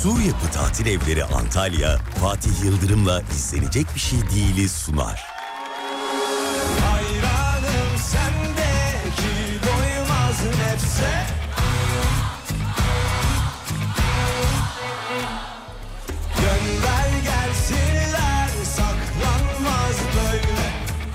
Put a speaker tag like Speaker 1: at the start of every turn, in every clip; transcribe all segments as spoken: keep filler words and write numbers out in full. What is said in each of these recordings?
Speaker 1: Sur Yapı Tatil Evleri Antalya, Fatih Yıldırım'la izlenecek bir şey değiliz sunar.
Speaker 2: Hayranım sendeki doymaz nefse. Gönder gelsinler, saklanmaz böyle.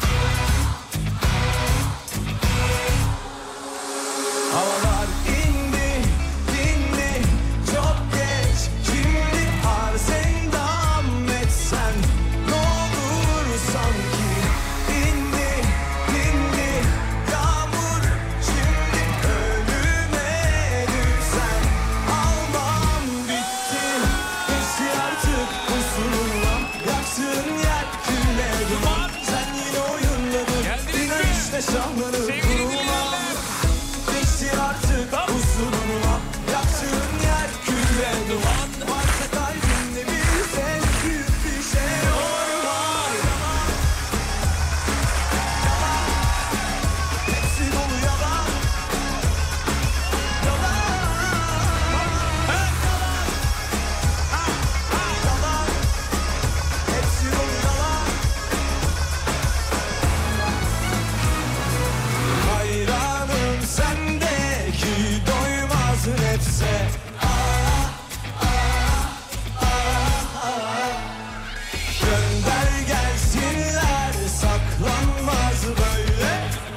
Speaker 2: Havalar indi, dindi, çok geç. Şimdi arz endam etsen ne olur sanki. İndi, dindi, yağmur. Şimdi ölüme düşsen almam bitti. Geçti artık usulunla, yaksın yer külle duman. Sen yine oyunladın, inan işte şahları kurulmam. Geçti artık usulunla, yaksın yer külle duman. Varsa kalbinde bir ses, büyük bir şey olmaz. Yalan, hepsi dolu yalan. Yalan, yalan, hepsi dolu yalan. Hayranım sendeki doymaz nefse. Ah, ah, ah, ah. Gönder gelsinler, saklanmaz böyle.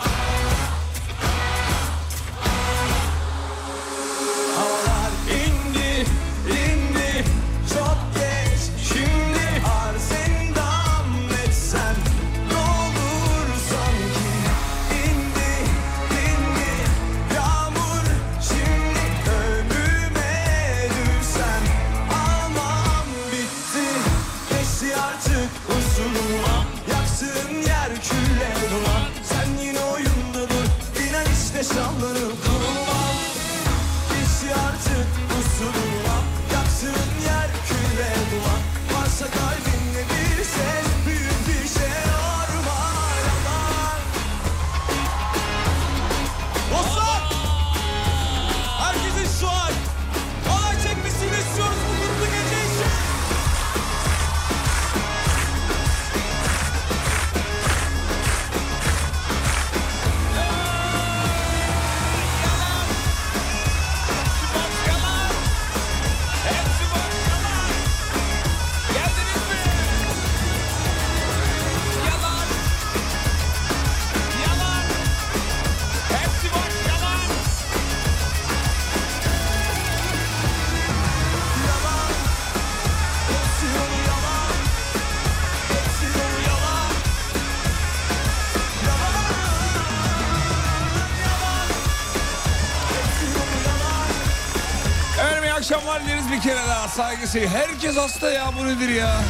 Speaker 2: Havalar indi, indi, çok geç. Şimdi arz endam etsen ne olur sanki. İndi, indi, yağmur. Şimdi ölüme düşsen almam bitti. Geçti artık usuluma, yaksın yer külle duman. Sen yine oyunda dur, inan işte şanları kurulmam. Geçti artık usuluma, yaksın yer külle duman. Varsa kalbinde bir ses, büyük bir şey orman yalan. Dostlar, herkesin şu an olay çekmesini istiyoruz bu mutlu gece için. Hepsi dolu yalan. Hepsi dolu yalan. Yalan, yalan. Hepsi dolu yalan.
Speaker 3: Efendim iyi akşamlar deriz bir kere daha saygısı. Herkes hasta ya, bu nedir ya?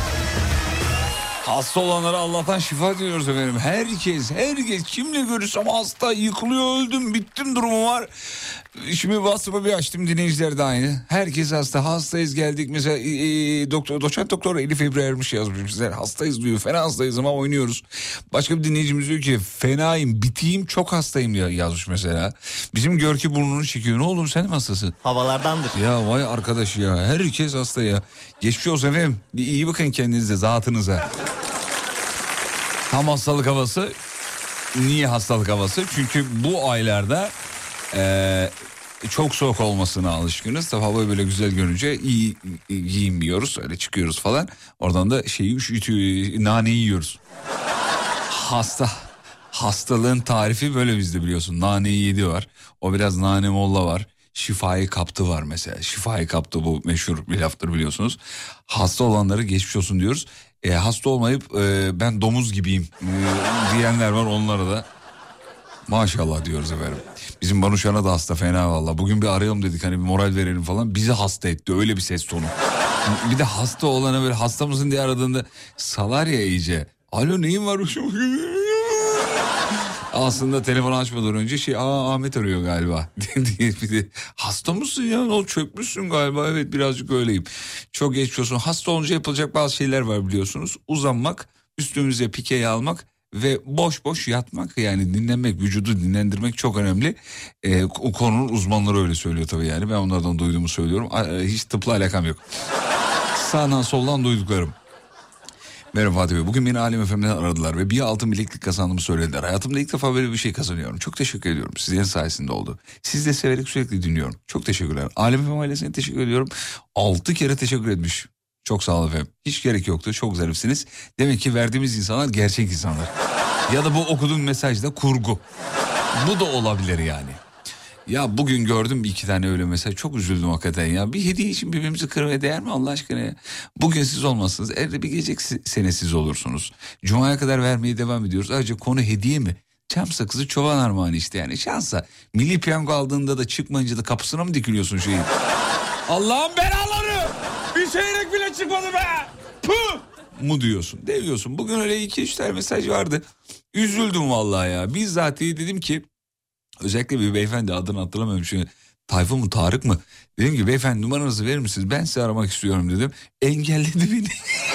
Speaker 3: Hasta olanlara Allah'tan şifa diliyoruz efendim. Herkes, herkes kimle görürsem hasta, yıkılıyor, öldüm, bittim durumu var. Şimdi WhatsApp'ı bir açtım, dinleyiciler de aynı. Herkes hasta, hastayız geldik. Mesela e, e, doktor, doçent doktor Elif Ebru Ermiş yazmış bizler. Hastayız diyor, fena hastayız ama oynuyoruz. Başka bir dinleyicimiz diyor ki fenayım, biteyim, çok hastayım ya yazmış mesela. Bizim Görki burnunu çekiyor. Ne oğlum, sen mi hastasın?
Speaker 4: Havalardandır.
Speaker 3: Ya vay arkadaş ya, herkes hasta ya. Geçmiş olsun efendim. Bir iyi bakın kendinize, zatınıza. Tam hastalık havası. Niye hastalık havası? Çünkü bu aylarda e, çok soğuk olmasına alışkınız. Tabii hava böyle güzel görünce iyi, iyi giyinmiyoruz. Öyle çıkıyoruz falan. Oradan da şeyi üşütüyor, naneyi yiyoruz. Hasta. Hastalığın tarifi böyle bizde biliyorsun. Naneyi yedi var. O biraz nane molla var. Şifayı kaptı var mesela. Şifayı kaptı, bu meşhur bir laftır biliyorsunuz. Hasta olanları geçmiş olsun diyoruz. E, hasta olmayıp e, ben domuz gibiyim e, diyenler var, onlara da maşallah diyoruz efendim. Bizim Banuşan'a da hasta fena valla. Bugün bir arayalım dedik, hani bir moral verelim falan. Bizi hasta etti, öyle bir ses tonu. Bir de hasta olana böyle hasta mısın diye aradığında salar ya iyice. Alo, neyin var? Aslında telefonu açmadan önce şey, aa Ahmet arıyor galiba diye bir de hasta mısın ya, o çökmüşsün galiba. Evet, birazcık öyleyim. Çok geçmiş olsun. Hasta olunca yapılacak bazı şeyler var biliyorsunuz. Uzanmak, üstümüze pikeyi almak ve boş boş yatmak, yani dinlenmek, vücudu dinlendirmek çok önemli. Ee, o konunun uzmanları öyle söylüyor tabii yani. Ben onlardan duyduğumu söylüyorum. Hiç tıpla alakam yok. Sağdan soldan duyduklarım. Merhaba Fatih Bey. Bugün beni Alem Efem'den aradılar ve bir altın bileklik kazandığımı söylediler. Hayatımda ilk defa böyle bir şey kazanıyorum. Çok teşekkür ediyorum. Sizlerin sayesinde oldu. Siz de severek sürekli dinliyorum. Çok teşekkürler. Alem Efem ailesine teşekkür ediyorum. Altı kere teşekkür etmiş. Çok sağ olun efendim. Hiç gerek yoktu. Çok zarifsiniz. Demek ki verdiğimiz insanlar gerçek insanlar. Ya da bu okuduğum mesaj da kurgu. Bu da olabilir yani. Ya bugün gördüm bir iki tane öyle mesaj. Çok üzüldüm hakikaten ya. Bir hediye için birbirimizi kırmaya değer mi Allah aşkına ya? Bugün siz olmazsınız. Elde bir gelecek sene siz olursunuz. Cuma'ya kadar vermeye devam ediyoruz. Ayrıca konu hediye mi? Çam sakızı çoban armağanı işte yani. Şansa. Milli piyango aldığında da çıkmayınca da kapısına mı dikiliyorsun şeyin? Allah'ın belaları! Bir çeyrek bile çıkmadı be! Puh! Mu diyorsun? Deviyorsun. Bugün öyle iki üç tane mesaj vardı. Üzüldüm vallahi ya. Bizzatihi dedim ki, özellikle bir beyefendi, adını hatırlamıyorum şimdi, Tayfun mu Tarık mı? Dedim ki beyefendi numaranızı verir misiniz? Ben sizi aramak istiyorum dedim. Engelledi beni.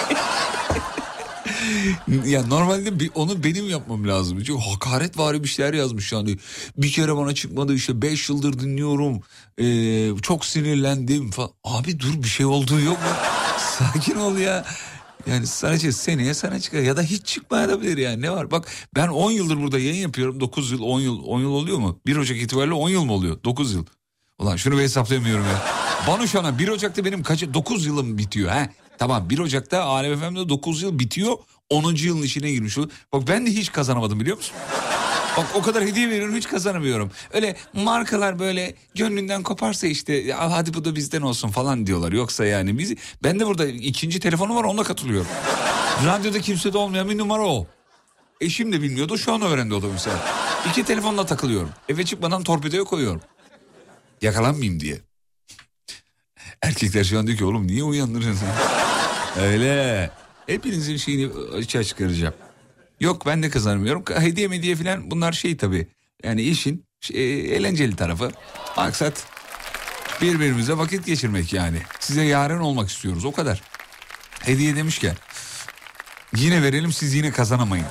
Speaker 3: Ya normalde bir, onu benim yapmam lazım. Çünkü hakaretvari bir şeyler yazmış yani. Bir kere bana çıkmadı işte, beş yıldır dinliyorum. Ee, çok sinirlendim falan. Abi dur, bir şey olduğu yok mu? Sakin ol ya. Yani sadece seneye sana çıkar ya da hiç çıkmayabilir yani, ne var? Bak ben on yıldır burada yayın yapıyorum. dokuz yıl, on yıl, on yıl oluyor mu? bir Ocak itibariyle on yıl mı oluyor? dokuz yıl. Ulan şunu bir hesaplayamıyorum ya. Banuşan'a bir Ocak'ta benim kaç dokuz yılım bitiyor ha? Tamam, bir Ocak'ta Alem F M'de dokuz yıl bitiyor. onuncu yılın içine girmiş oluyor. Bak ben de hiç kazanamadım biliyor musun? Bak o kadar hediye veriyorum, hiç kazanamıyorum. Öyle markalar böyle gönlünden koparsa işte hadi bu da bizden olsun falan diyorlar. Yoksa yani biz, ben de burada ikinci telefonum var, onunla katılıyorum. Radyoda kimsede olmayan bir numara o. Eşim de bilmiyordu, şu an öğrendi o da mesela. İki telefonla takılıyorum. Eve çıkmadan torpidoya koyuyorum. Yakalanmayayım diye. Erkekler şu an diyor ki oğlum niye uyandırıyorsun? Öyle. Hepinizin şeyini açığa çıkaracağım. Yok ben de kazanmıyorum. Hediye mediye falan bunlar şey tabii. Yani işin şey, eğlenceli tarafı. Maksat birbirimize vakit geçirmek yani. Size yaren olmak istiyoruz, o kadar. Hediye demişken yine verelim, siz yine kazanamayın.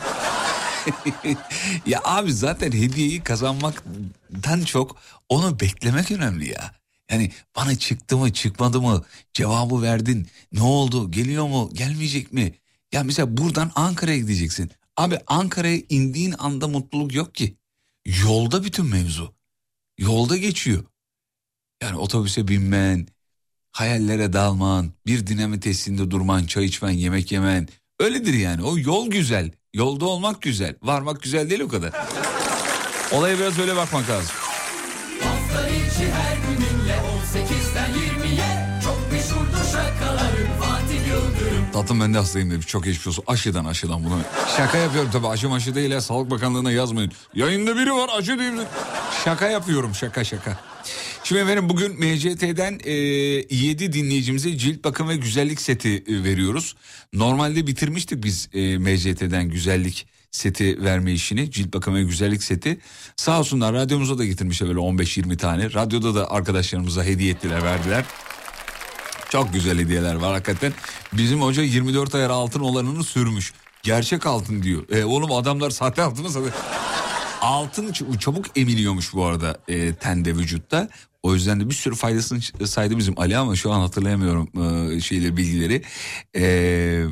Speaker 3: Ya abi zaten hediyeyi kazanmaktan çok onu beklemek önemli ya. Yani bana çıktı mı çıkmadı mı, cevabı verdin, ne oldu, geliyor mu gelmeyecek mi? Ya mesela buradan Ankara'ya gideceksin. Abi Ankara'ya indiğin anda mutluluk yok ki. Yolda bütün mevzu. Yolda geçiyor. Yani otobüse binmen, hayallere dalman, bir dinleme tesisinde durman, çay içmen, yemek yemen. Öyledir yani. O yol güzel. Yolda olmak güzel. Varmak güzel değil o kadar. Olaya biraz öyle bakmak lazım.
Speaker 2: Hafta içi her gününle on sekizden yirmiye çok meşhurdur şakaların Fatih Yıldırım.
Speaker 3: Tatlım ben de hastayım demiş. Çok geçmiş olsun. Aşıdan aşıdan bunu. Şaka yapıyorum tabii. Aşı maşı değil ya. Sağlık Bakanlığı'na yazmayın. Yayında biri var aşı değil mi? Şaka yapıyorum, şaka şaka. Şimdi efendim bugün M C T'den e, yedi dinleyicimize cilt bakım ve güzellik seti e, veriyoruz. Normalde bitirmiştik biz e, M C T'den güzellik seti verme işini. Cilt bakım ve güzellik seti. Sağ olsunlar radyomuza da getirmişler böyle on beş yirmi tane. Radyoda da arkadaşlarımıza hediye ettiler, verdiler. Çok güzel hediyeler var hakikaten. Bizim hoca yirmi dört ayar altın olanını sürmüş. Gerçek altın diyor. E, oğlum adamlar sahte altını satıyor. Altın çabuk emiliyormuş bu arada e, tende, vücutta. O yüzden de bir sürü faydasını saydı bizim Ali ama şu an hatırlayamıyorum e, şeyleri, bilgileri. E,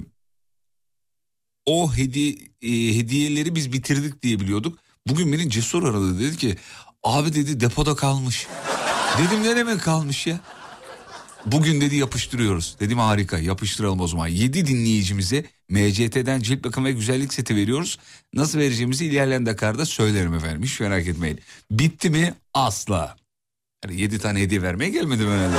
Speaker 3: o hediye, e, hediyeleri biz bitirdik diye biliyorduk. Bugün beni Cesur aradı, dedi ki abi dedi depoda kalmış. Dedim ne demek kalmış ya? Bugün dedi yapıştırıyoruz. Dedim harika, yapıştıralım o zaman. yedi dinleyicimize M C T'den cilt bakım ve güzellik seti veriyoruz. Nasıl vereceğimizi ilerleyen dakikada söylerim efendim. Hiç merak etmeyin. Bitti mi? Asla. Yani yedi tane hediye vermeye gelmedim herhalde.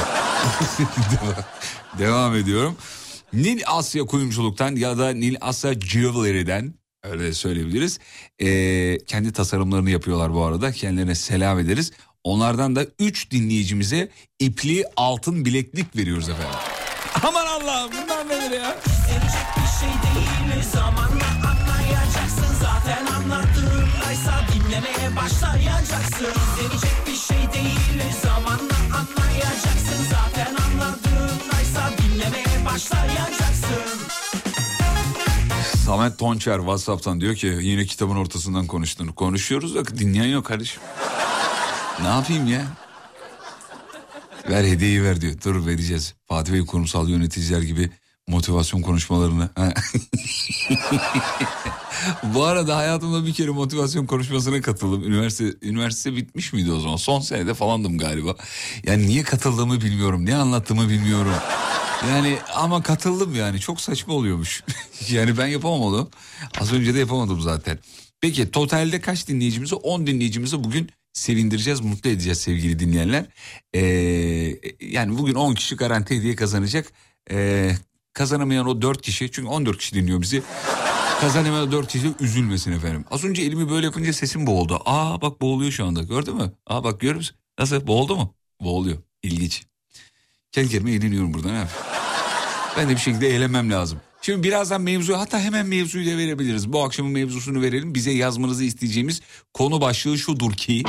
Speaker 3: Devam ediyorum. Nil Asya Kuyumculuk'tan ya da Nil Asya Jewelry'den, öyle söyleyebiliriz. Ee, kendi tasarımlarını yapıyorlar bu arada. Kendilerine selam ederiz. Onlardan da üç dinleyicimize ipli altın bileklik veriyoruz efendim. Aman Allah'ım, bunlar nedir ya?
Speaker 2: Sevecek bir şey değil, zamanla anlayacaksın. Zaten anlattığımdaysa dinlemeye başlayacaksın. Sevecek bir şey değil, zamanla anlayacaksın. Zaten anlattığımdaysa dinlemeye başlayacaksın.
Speaker 3: Samet Tonçer WhatsApp'tan diyor ki yine kitabın ortasından konuştun. Konuşuyoruz da dinleyen yok kardeşim. Ne yapayım ya? Ver hediyeyi ver diyor. Dur vereceğiz. Fatih Bey kurumsal yöneticiler gibi motivasyon konuşmalarını. Bu arada hayatımda bir kere motivasyon konuşmasına katıldım. Üniversite üniversite bitmiş miydi o zaman? Son senede falandım galiba. Yani niye katıldığımı bilmiyorum. Ne anlattığımı bilmiyorum. Yani ama katıldım yani. Çok saçma oluyormuş. Yani ben yapamam onu. Az önce de yapamadım zaten. Peki totalde kaç dinleyicimizi? on dinleyicimizi bugün sevindireceğiz, mutlu edeceğiz sevgili dinleyenler. Ee, yani bugün on kişi garanti hediye kazanacak. Ee, kazanamayan o dört kişi, çünkü on dört kişi dinliyor bizi. Kazanamayan dört kişi üzülmesin efendim. Az önce elimi böyle yapınca sesim boğuldu. Aa bak boğuluyor şu anda, gördün mü? Aa bak görüyor musun? Nasıl, boğuldu mu? Boğuluyor. İlginç. Kendi kendime eğleniyorum burada, ne yapayım? Ben de bir şekilde eğlenmem lazım. Şimdi birazdan mevzuyu, hatta hemen mevzuyu da verebiliriz. Bu akşamın mevzusunu verelim. Bize yazmanızı isteyeceğimiz konu başlığı şudur ki...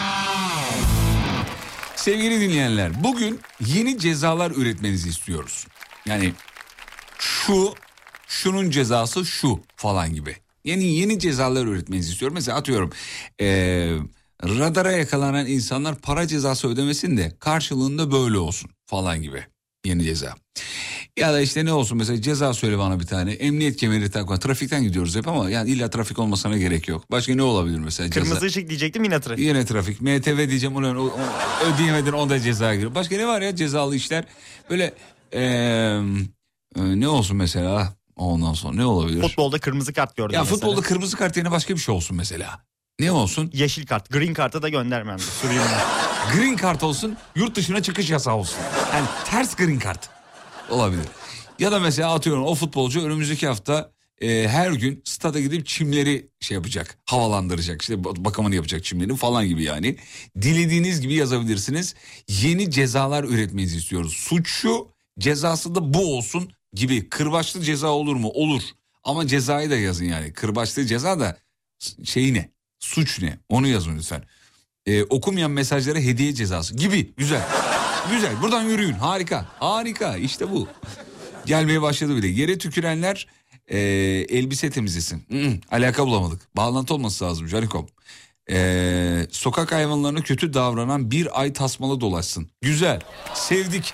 Speaker 3: Sevgili dinleyenler, bugün yeni cezalar üretmenizi istiyoruz. Yani şu, şunun cezası şu falan gibi. Yani yeni cezalar üretmenizi istiyorum. Mesela atıyorum... Ee, radara yakalanan insanlar para cezası ödemesin de karşılığında böyle olsun falan gibi. Yeni ceza. Ya da işte ne olsun, mesela ceza söyle bana bir tane. Emniyet kemeri takma. Trafikten gidiyoruz hep ama yani illa trafik olmasına gerek yok. Başka ne olabilir mesela?
Speaker 4: Kırmızı
Speaker 3: ceza.
Speaker 4: ışık diyecektim, yine trafik.
Speaker 3: Yine trafik. M T V diyeceğim, ulan o, o, ödeyemedin, o da ceza giriyor. Başka ne var ya cezalı işler? Böyle ee, e, ne olsun mesela? Ondan sonra ne olabilir?
Speaker 4: Futbolda kırmızı kart gördüm
Speaker 3: Ya
Speaker 4: mesela.
Speaker 3: futbolda kırmızı kart yerine başka bir şey olsun mesela. Ne olsun?
Speaker 4: Yeşil kart. Green kartı da göndermem.
Speaker 3: Green kart olsun, yurt dışına çıkış yasağı olsun. Yani ters green kart olabilir. Ya da mesela atıyorum o futbolcu önümüzdeki hafta e, her gün stada gidip çimleri şey yapacak, havalandıracak, işte bakımını yapacak çimlerin falan gibi yani. Dilediğiniz gibi yazabilirsiniz. Yeni cezalar üretmenizi istiyoruz. Suç şu, cezası da bu olsun gibi. Kırbaçlı ceza olur mu? Olur. Ama cezayı da yazın yani. Kırbaçlı ceza da şey ne? Suç ne? Onu yazın lütfen. Ee, okumayan mesajlara hediye cezası gibi. Güzel. Güzel. Buradan yürüyün. Harika. Harika. İşte bu. Gelmeye başladı bile. Yere tükürenler e, elbise temizlesin. Hı-hı. Alaka bulamadık. Bağlantı olması lazım Canikom. Ee, sokak hayvanlarına kötü davranan bir ay tasmalı dolaşsın. Güzel. Sevdik.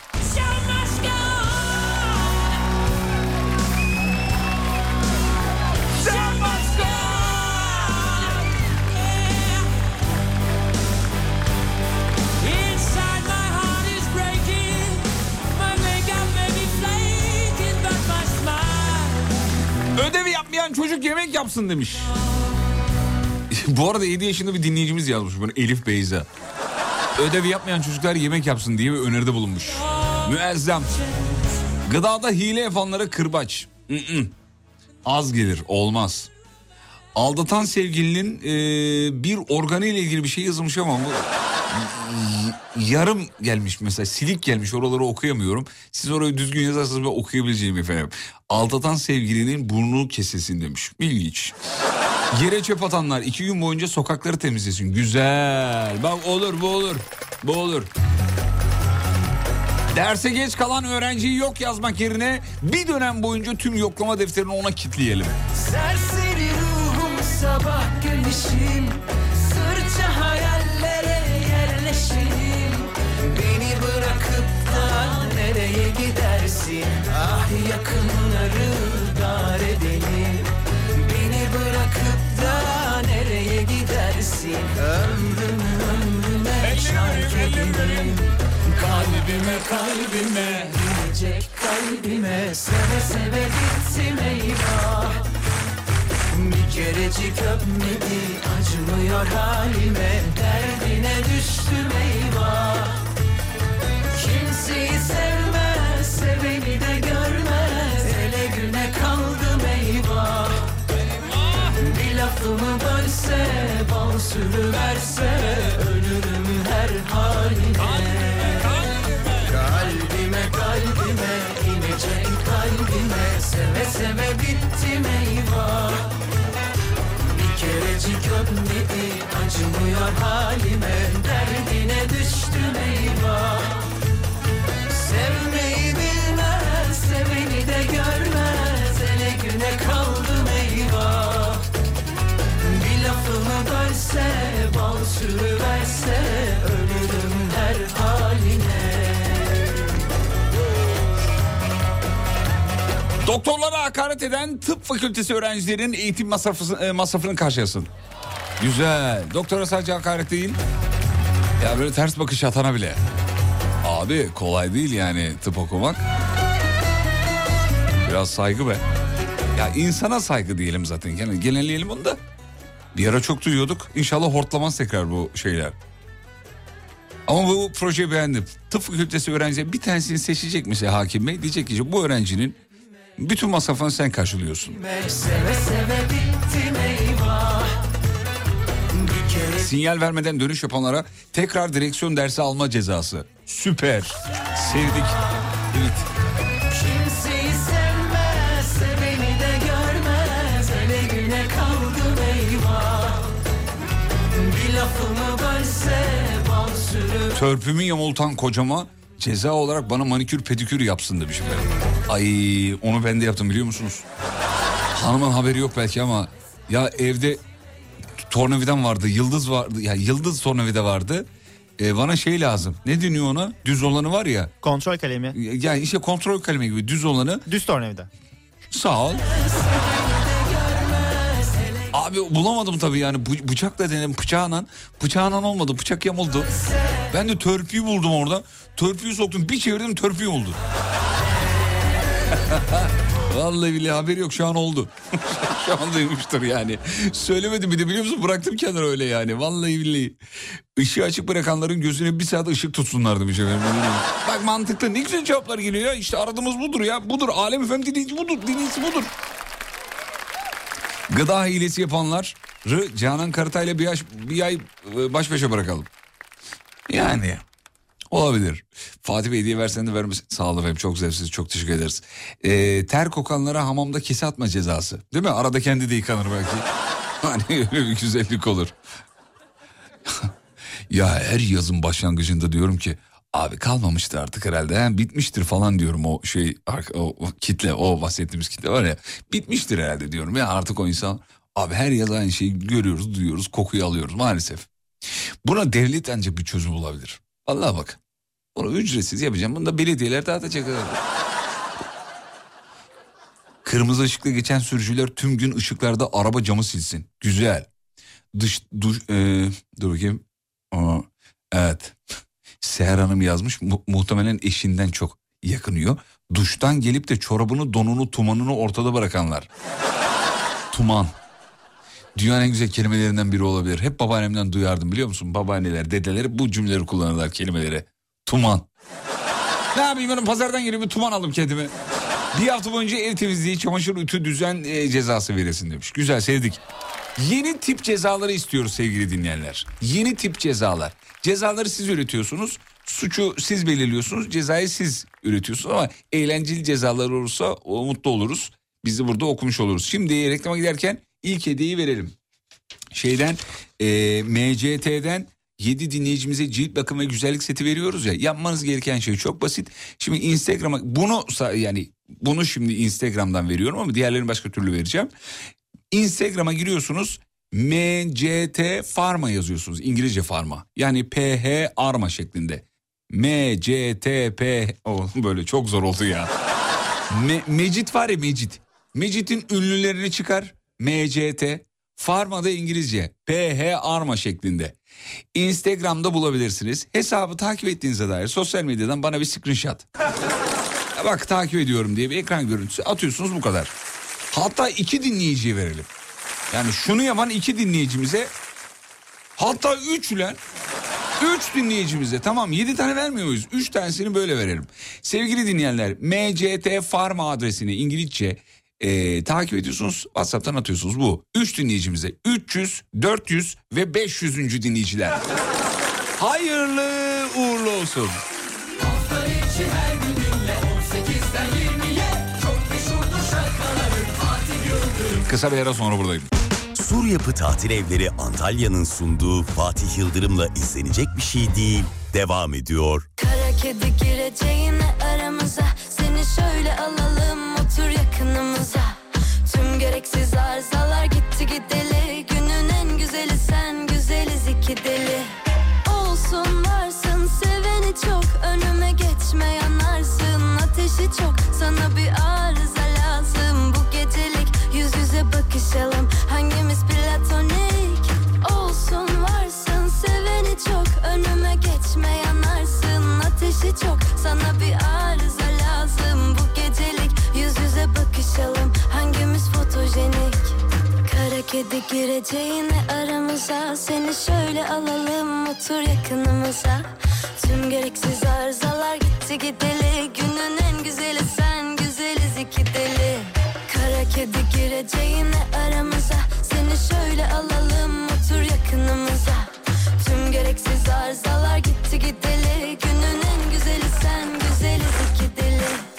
Speaker 3: Ödevi yapmayan çocuk yemek yapsın demiş. Bu arada yedi yaşında bir dinleyicimiz yazmış bunu, Elif Beyza. Ödevi yapmayan çocuklar yemek yapsın diye bir öneride bulunmuş. Müezzem. Gıdada hile yapanlara kırbaç. Mm-mm. Az gelir, olmaz. Aldatan sevgilinin e, bir organıyla ilgili bir şey yazılmış ama bu yarım gelmiş mesela, silik gelmiş, oraları okuyamıyorum. Siz orayı düzgün yazarsanız ben okuyabileceğim efendim. Aldatan sevgilinin burnu kesilsin demiş. İlginç. Yere çöp atanlar iki gün boyunca sokakları temizlesin. Güzel. Bak olur, bu olur. Bu olur. Derse geç kalan öğrenciyi yok yazmak yerine bir dönem boyunca tüm yoklama defterini ona kilitleyelim.
Speaker 2: Serseri ruhum sabah güneşim, sırça hayallere yerleşim. Beni bırakıp da nereye gidersin? Ah yakınları dar edelim. Beni bırakıp da nereye gidersin? Ömrümü ömrüme şark edelim. Kalbime kalbime inecek kalbime, seve seve gittim eyvah. Bir kerecik öpmedi, acımıyor halime, derdine düştüm eyvah. Kimseyi sevmez, seveni de görmez, ele güne kaldım eyvah. Bir lafımı bölse, bal sürüverse, ölürüm her haline. Kalbime kalbime inecek kalbime, seve seve bittim eyvah. Bir kerecik öpmedi, acımıyor halime, derdine düştüm eyvah. Sevmeyi bilmez, seveni de görmez, ele güne kaldım eyvah. sürüverse ölürüm her haline.
Speaker 3: Doktorlara hakaret eden tıp fakültesi öğrencilerin eğitim masrafı, masrafını karşılasın. Güzel. Doktora sadece hakaret değil. Ya böyle ters bakış atana bile. Abi kolay değil yani tıp okumak. Biraz saygı be. Ya insana saygı diyelim zaten. Yani genelleyelim onu da. Bir ara çok duyuyorduk. İnşallah hortlamaz tekrar bu şeyler. Ama bu projeyi beğendim. Tıp fakültesi öğrencileri bir tanesini seçecek mesela hakim bey. Diyecek ki bu öğrencinin bütün masrafını sen karşılıyorsun.
Speaker 2: Seve seve bittim eyvah.
Speaker 3: Sinyal vermeden dönüş yapanlara tekrar direksiyon dersi alma cezası. Süper. Sevdik. Evet.
Speaker 2: Kimseyi sevmez, beni de görmez. Ele güne kaldım eyvah. Bir lafımı bölse bal sürüp.
Speaker 3: Törpümü yamultan kocama ceza olarak bana manikür pedikür yapsın demiş efendim. Ay onu ben de yaptım biliyor musunuz? Hanımın haberi yok belki ama ya evde tornavidam vardı, yıldız vardı. Ya yıldız tornavida vardı. Ee, bana şey lazım. Ne deniyor ona? Düz olanı var ya.
Speaker 4: Kontrol kalemi.
Speaker 3: Yani işte kontrol kalemi gibi düz olanı.
Speaker 4: Düz tornavida.
Speaker 3: Sağ ol. Abi bulamadım tabii yani Bı- bıçakla denedim bıçağla. Bıçağla olmadı, bıçak yamuldu. Ben de törpüyü buldum orada. Törpüyü soktum, bir çevirdim törpü oldu. Vallahi billahi haberi yok, şu an oldu. Şu an duymuştur yani. Söylemedim bir de biliyor musun, bıraktım kenara öyle yani. Vallahi billahi. Işığı açık bırakanların gözüne bir saat ışık tutsunlar demiş efendim. Bak mantıklı, ne güzel cevaplar geliyor ya. İşte aradığımız budur ya. Budur. Alem Efem dinleyici budur. Dinleyicisi budur. Gıda hilesi yapanları Canan Karatay'la bir ay, bir ay baş başa bırakalım. Yani olabilir. Fatih Bey hediye versen de vermesin. Sağ olun efendim, çok zevksiz, çok teşekkür ederiz. Ee, ter kokanlara hamamda kese atma cezası. Değil mi? Arada kendi de yıkanır belki. Hani öyle bir güzellik olur. Ya her yazın başlangıcında diyorum ki abi kalmamıştır artık herhalde. Yani bitmiştir falan diyorum, o şey o, o kitle, o bahsettiğimiz kitle var ya, bitmiştir herhalde diyorum ya artık o insan. Abi her yaz aynı şeyi görüyoruz, duyuyoruz, kokuyu alıyoruz maalesef. Buna devlet ancak bir çözüm bulabilir. Vallahi bak. Onu ücretsiz yapacağım. Bunu da belediyeler dağıtacak. Kırmızı ışıkla geçen sürücüler tüm gün ışıklarda araba camı silsin. Güzel. Dış duş e, dur bakayım. Aa, evet. Seher Hanım yazmış. Mu- muhtemelen eşinden çok yakınıyor. Duştan gelip de çorabını, donunu, tumanını ortada bırakanlar. Tuman. Dünyanın en güzel kelimelerinden biri olabilir. Hep babaannemden duyardım biliyor musun? Babaanneler, dedeleri bu cümleleri kullanırlar, kelimeleri. Tuman. Ne yapayım ben, pazardan gelip bir tuman aldım kendime. Bir hafta boyunca ev temizliği, çamaşır ütü, düzen e, cezası veresin demiş. Güzel, sevdik. Yeni tip cezaları istiyoruz sevgili dinleyenler. Yeni tip cezalar. Cezaları siz üretiyorsunuz. Suçu siz belirliyorsunuz. Cezayı siz üretiyorsunuz ama eğlenceli cezalar olursa o, mutlu oluruz. Biz de burada okumuş oluruz. Şimdi reklama giderken ilk hediyeyi verelim. Şeyden e, M C T'den yedi dinleyicimize cilt bakım ve güzellik seti veriyoruz ya. Yapmanız gereken şey çok basit. Şimdi Instagram'a bunu yani bunu şimdi Instagram'dan veriyorum ama diğerlerini başka türlü vereceğim. Instagram'a giriyorsunuz. M C T Pharma yazıyorsunuz. İngilizce Pharma. Yani P H Arma şeklinde. M C T P oh, böyle çok zor oldu ya. Me, Mecit var ya Mecit. Mecit'in ünlülerini çıkar. M C T. Pharma'da İngilizce. P H Arma şeklinde. Instagram'da bulabilirsiniz. Hesabı takip ettiğinize dair sosyal medyadan bana bir screenshot. Bak takip ediyorum diye bir ekran görüntüsü atıyorsunuz, bu kadar. Hatta iki dinleyiciye verelim. Yani şunu yapan iki dinleyicimize, hatta üç lan. Üç dinleyicimize, tamam yedi tane vermiyor muyuz? Üç tanesini böyle verelim. Sevgili dinleyenler, M C T Pharma adresini İngilizce e, takip ediyorsunuz. WhatsApp'tan atıyorsunuz bu. Üç dinleyicimize üç yüz, dört yüz ve beş yüzüncü dinleyiciler. Hayırlı uğurlu olsun.
Speaker 2: Hafta içi her gün dinle on sekizden yirmiye. Çok meşhurdur şarkıların Fatih Yıldırım.
Speaker 3: Kısa bir ara sonra buradayım.
Speaker 1: Sur Yapı Tatil Evleri Antalya'nın sunduğu Fatih Yıldırım'la izlenecek bir şey değil devam ediyor.
Speaker 5: Kara kedi gireceğine aramıza, seni şöyle alalım otur yakınımıza. Tüm gereksiz arızalar gitti gideli, günün en güzeli sen, güzeliz iki deli. çok, sana bir arıza lazım. Bu gecelik yüz yüze bakışalım. Hangimiz platonik olsun, varsın seveni çok. Önüme geçme yanarsın, ateşi çok, sana bir arıza lazım. Bu gecelik yüz yüze bakışalım. Hangimiz fotojenik? Kara kedi gireceğine aramıza, seni şöyle alalım otur yakınımıza. Tüm gereksiz arızalar gitti gideli, günün en güzeli sen, güzeliz iki deli. Kara kedi gireceğine aramıza, seni şöyle alalım otur yakınımıza. Tüm gereksiz arızalar gitti gideli, günün en güzeli sen, güzeliz iki deli.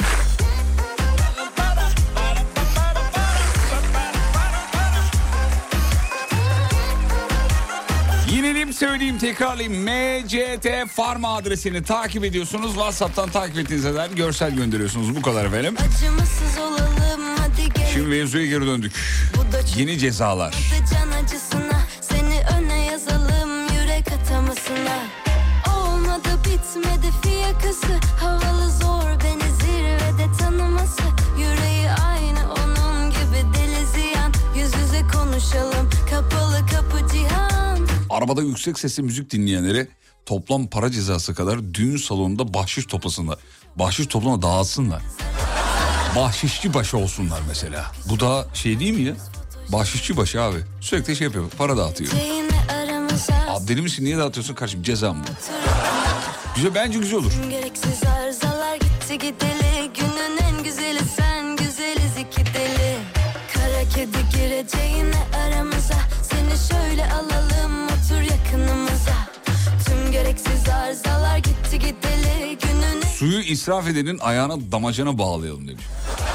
Speaker 3: Yinelim, söyleyeyim, tekrarlayayım. M C T Pharma adresini takip ediyorsunuz. WhatsApp'tan takip ettiğiniz kadar görsel gönderiyorsunuz. Bu kadar efendim.
Speaker 5: Acımasız olalım hadi gel.
Speaker 3: Şimdi mevzuya geri döndük. Yeni cezalar.
Speaker 5: Can acısına, seni öne yazalım yürek atamasına. Olmadı bitmedi fiyakası, havalı zor beni zirvede tanıması. Yüreği aynı onun gibi deli ziyan, yüz yüze konuşalım kapalı kapı cihan.
Speaker 3: Arabada yüksek sesli müzik dinleyenlere toplam para cezası kadar düğün salonunda bahşiş toplasınlar. Bahşiş toplama dağıtsınlar. Bahşişçi başı olsunlar mesela. Bu da şey değil mi ya? Bahşişçi başı abi. Sürekli şey yapıyor, para dağıtıyor. Abi deli misin, niye dağıtıyorsun kardeşim, cezam bu. Güzel, bence güzel olur.
Speaker 5: Gereksiz arızalar gitti gideli, günün en güzeli sen, güzeliz iki deli. Kara kedi gireceğine aramıza, seni şöyle alalım otur yakınımıza. Tüm gereksiz arızalar gitti gideli, günün en...
Speaker 3: Suyu israf edenin ayağına damacana bağlayalım demiş.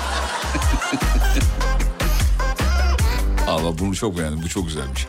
Speaker 3: Allah, bunu çok beğendim, bu çok güzelmiş.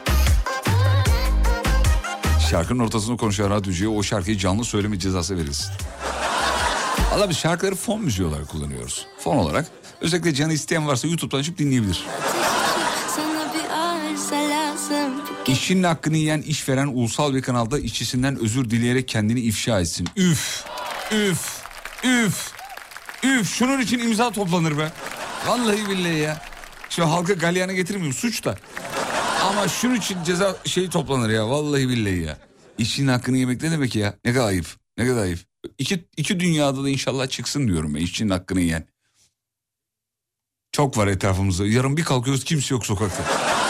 Speaker 3: Şarkının ortasında konuşan radyocuya o şarkıyı canlı söyleme cezası verilsin. Allah, biz şarkıları fon müziği olarak kullanıyoruz. Fon olarak. Özellikle canı isteyen varsa YouTube'dan açıp dinleyebilir.
Speaker 5: Sana bir arıza lazım.
Speaker 3: İşçinin hakkını yiyen işveren ulusal bir kanalda işçisinden özür dileyerek kendini ifşa etsin. Üf, üf, üf, üf. Şunun için imza toplanır be. Vallahi billahi ya. Şimdi halka galyana getirmiyorum, suç da. Ama şunun için ceza şey toplanır ya, vallahi billahi ya. İşçinin hakkını yemek ne demek ya? Ne kadar ayıp, ne kadar ayıp. İki, iki dünyada da inşallah çıksın diyorum ben, işçinin hakkını yiyen. Çok var etrafımızda. Yarın bir kalkıyoruz, kimse yok sokakta.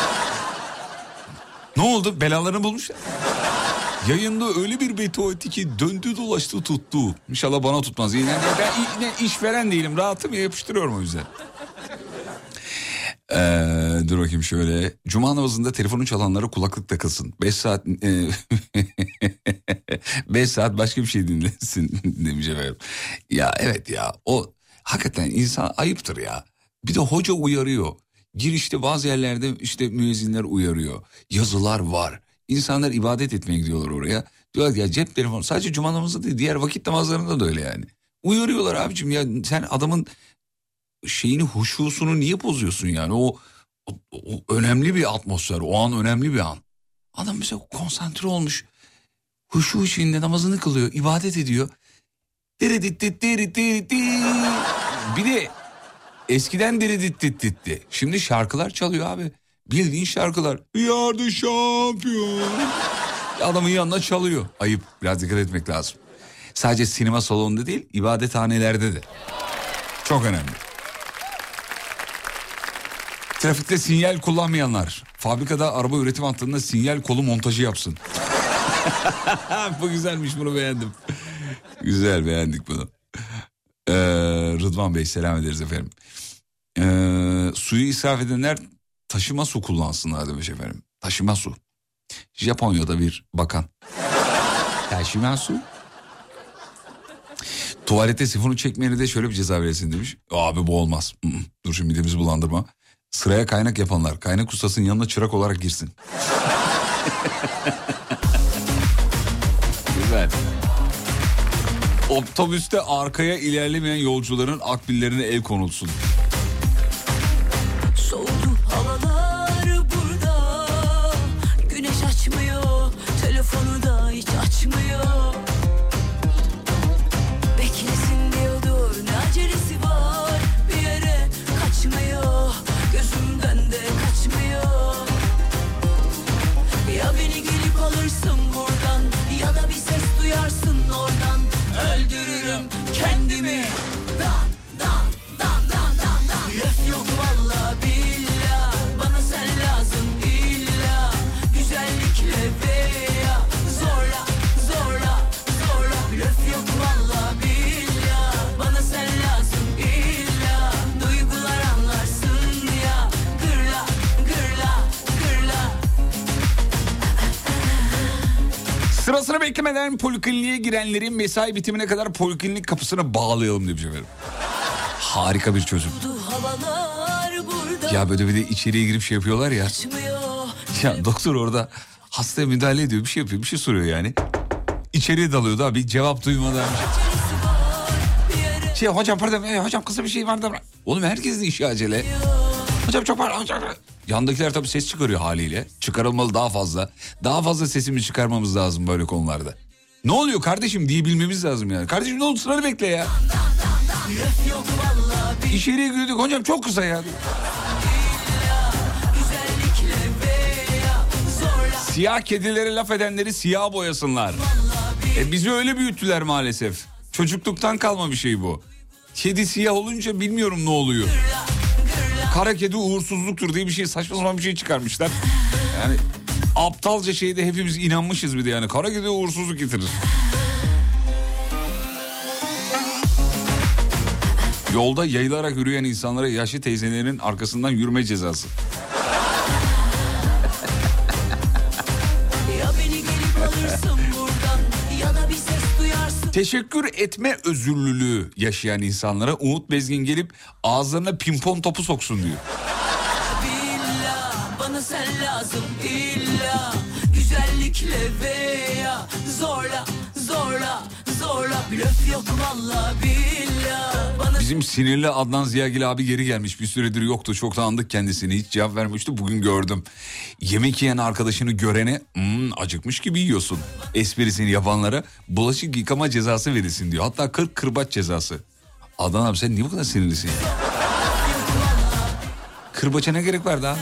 Speaker 3: Ne oldu? Belalarını bulmuşlar. Yayında öyle bir beto etti ki döndü dolaştı tuttu. İnşallah bana tutmaz. Yani ben yine işveren değilim, rahatım ya, yapıştırıyorum o yüzden. Ee, dur bakayım şöyle. Cuma namazında telefonu çalanlara kulaklık takılsın. Beş saat e, beş saat başka bir şey dinlesin demiş efendim. Ya evet ya, o hakikaten insan ayıptır ya. Bir de hoca uyarıyor. Girişte bazı yerlerde işte müezzinler uyarıyor. Yazılar var. İnsanlar ibadet etmeye gidiyorlar oraya. Diyorlar ya cep telefonu, sadece cuma namazı değil, diğer vakit namazlarında da öyle yani. Uyarıyorlar abicim ya, sen adamın şeyini, huşusunu niye bozuyorsun yani? O, o, o önemli bir atmosfer, o an önemli bir an. Adam mesela konsantre olmuş, huşu içinde namazını kılıyor, ibadet ediyor. Bir de eskiden diri. Şimdi şarkılar çalıyor abi. Bildiğin şarkılar. Yardı şampiyon. Adamın yanına çalıyor. Ayıp, biraz dikkat etmek lazım. Sadece sinema salonunda değil, ibadethanelerde de. Çok önemli. Trafikte sinyal kullanmayanlar fabrikada araba üretim hattında sinyal kolu montajı yapsın. Bu güzelmiş, bunu beğendim. Güzel, beğendik bunu. Ee, Rıdvan Bey selam ederiz efendim. Ee, suyu israf edenler taşıma su kullansınlar demiş efendim. Taşıma su. Japonya'da bir bakan. Taşıma su. Tuvalete sifonu çekmeyene de şöyle bir ceza verilsin demiş. Abi bu olmaz. Dur şimdi midemizi bulandırma. Sıraya kaynak yapanlar kaynak ustasının yanına çırak olarak girsin. Güzel. Otobüste arkaya ilerlemeyen yolcuların akbillerine el konulsun.
Speaker 5: Soğudu havalar burada, güneş açmıyor, telefonu da hiç açmıyor. Beklesin diyordur, ne acelesi var.
Speaker 2: mi? Dan dan dan dan dan dan. Löf yok valla billah, bana sen lazım illa. Güzellikle veya zorla zorla zorla. Löf yok valla billah, bana sen lazım illa. Duygular anlarsın ya, gırla gırla gırla.
Speaker 3: Sırasını beklemeden polikliniğe girenlerin mesai bitimine kadar poliklinik kapısına bağlayalım demiş efendim. Harika bir çözüm. Ya böyle bir de içeriye girip şey yapıyorlar ya. Ya doktor orada hastaya müdahale ediyor, bir şey yapıyor, bir şey soruyor yani. İçeriye dalıyordu abi, cevap duymadan. Şey hocam pardon, e, hocam kısa bir şey var da. Oğlum herkesin işi acele. Hocam çok pardon hocam. Yandakiler tabii ses çıkarıyor haliyle. Çıkarılmalı daha fazla. Daha fazla sesimi çıkarmamız lazım böyle konularda. Ne oluyor kardeşim diye bilmemiz lazım yani. Kardeşim ne oldu, sıranı bekle ya. İçeriye girdik hocam çok kısa ya. Siyah kedilere laf edenleri siyah boyasınlar. E bizi öyle büyüttüler maalesef. Çocukluktan kalma bir şey bu. Kedi siyah olunca bilmiyorum ne oluyor. Kara kedi uğursuzluktur diye bir şey, saçma sapan bir şey çıkarmışlar. Yani aptalca şeyde hepimiz inanmışız bir de yani. Kara kedi uğursuzluk getirir. Yolda yayılarak yürüyen insanlara yaşlı teyzelerin arkasından yürüme cezası. Teşekkür etme özürlülüğü yaşayan insanlara Umut Bezgin gelip ağızlarına pimpon topu soksun diyor.
Speaker 2: Billah, bana sen lazım illa. Güzellikle veya zorla zorla zorla. Blöf yok valla billah. Bana...
Speaker 3: Bizim sinirli Adnan Ziyagil abi geri gelmiş, bir süredir yoktu, çok da andık kendisini, hiç cevap vermişti, bugün gördüm. Yemek yiyen arkadaşını görene hmm, acıkmış gibi yiyorsun esprisini yapanlara bulaşık yıkama cezası verilsin diyor, hatta kırk kırbaç cezası. Adnan abi sen niye bu kadar sinirlisin ya? Kırbaça ne gerek vardı abi?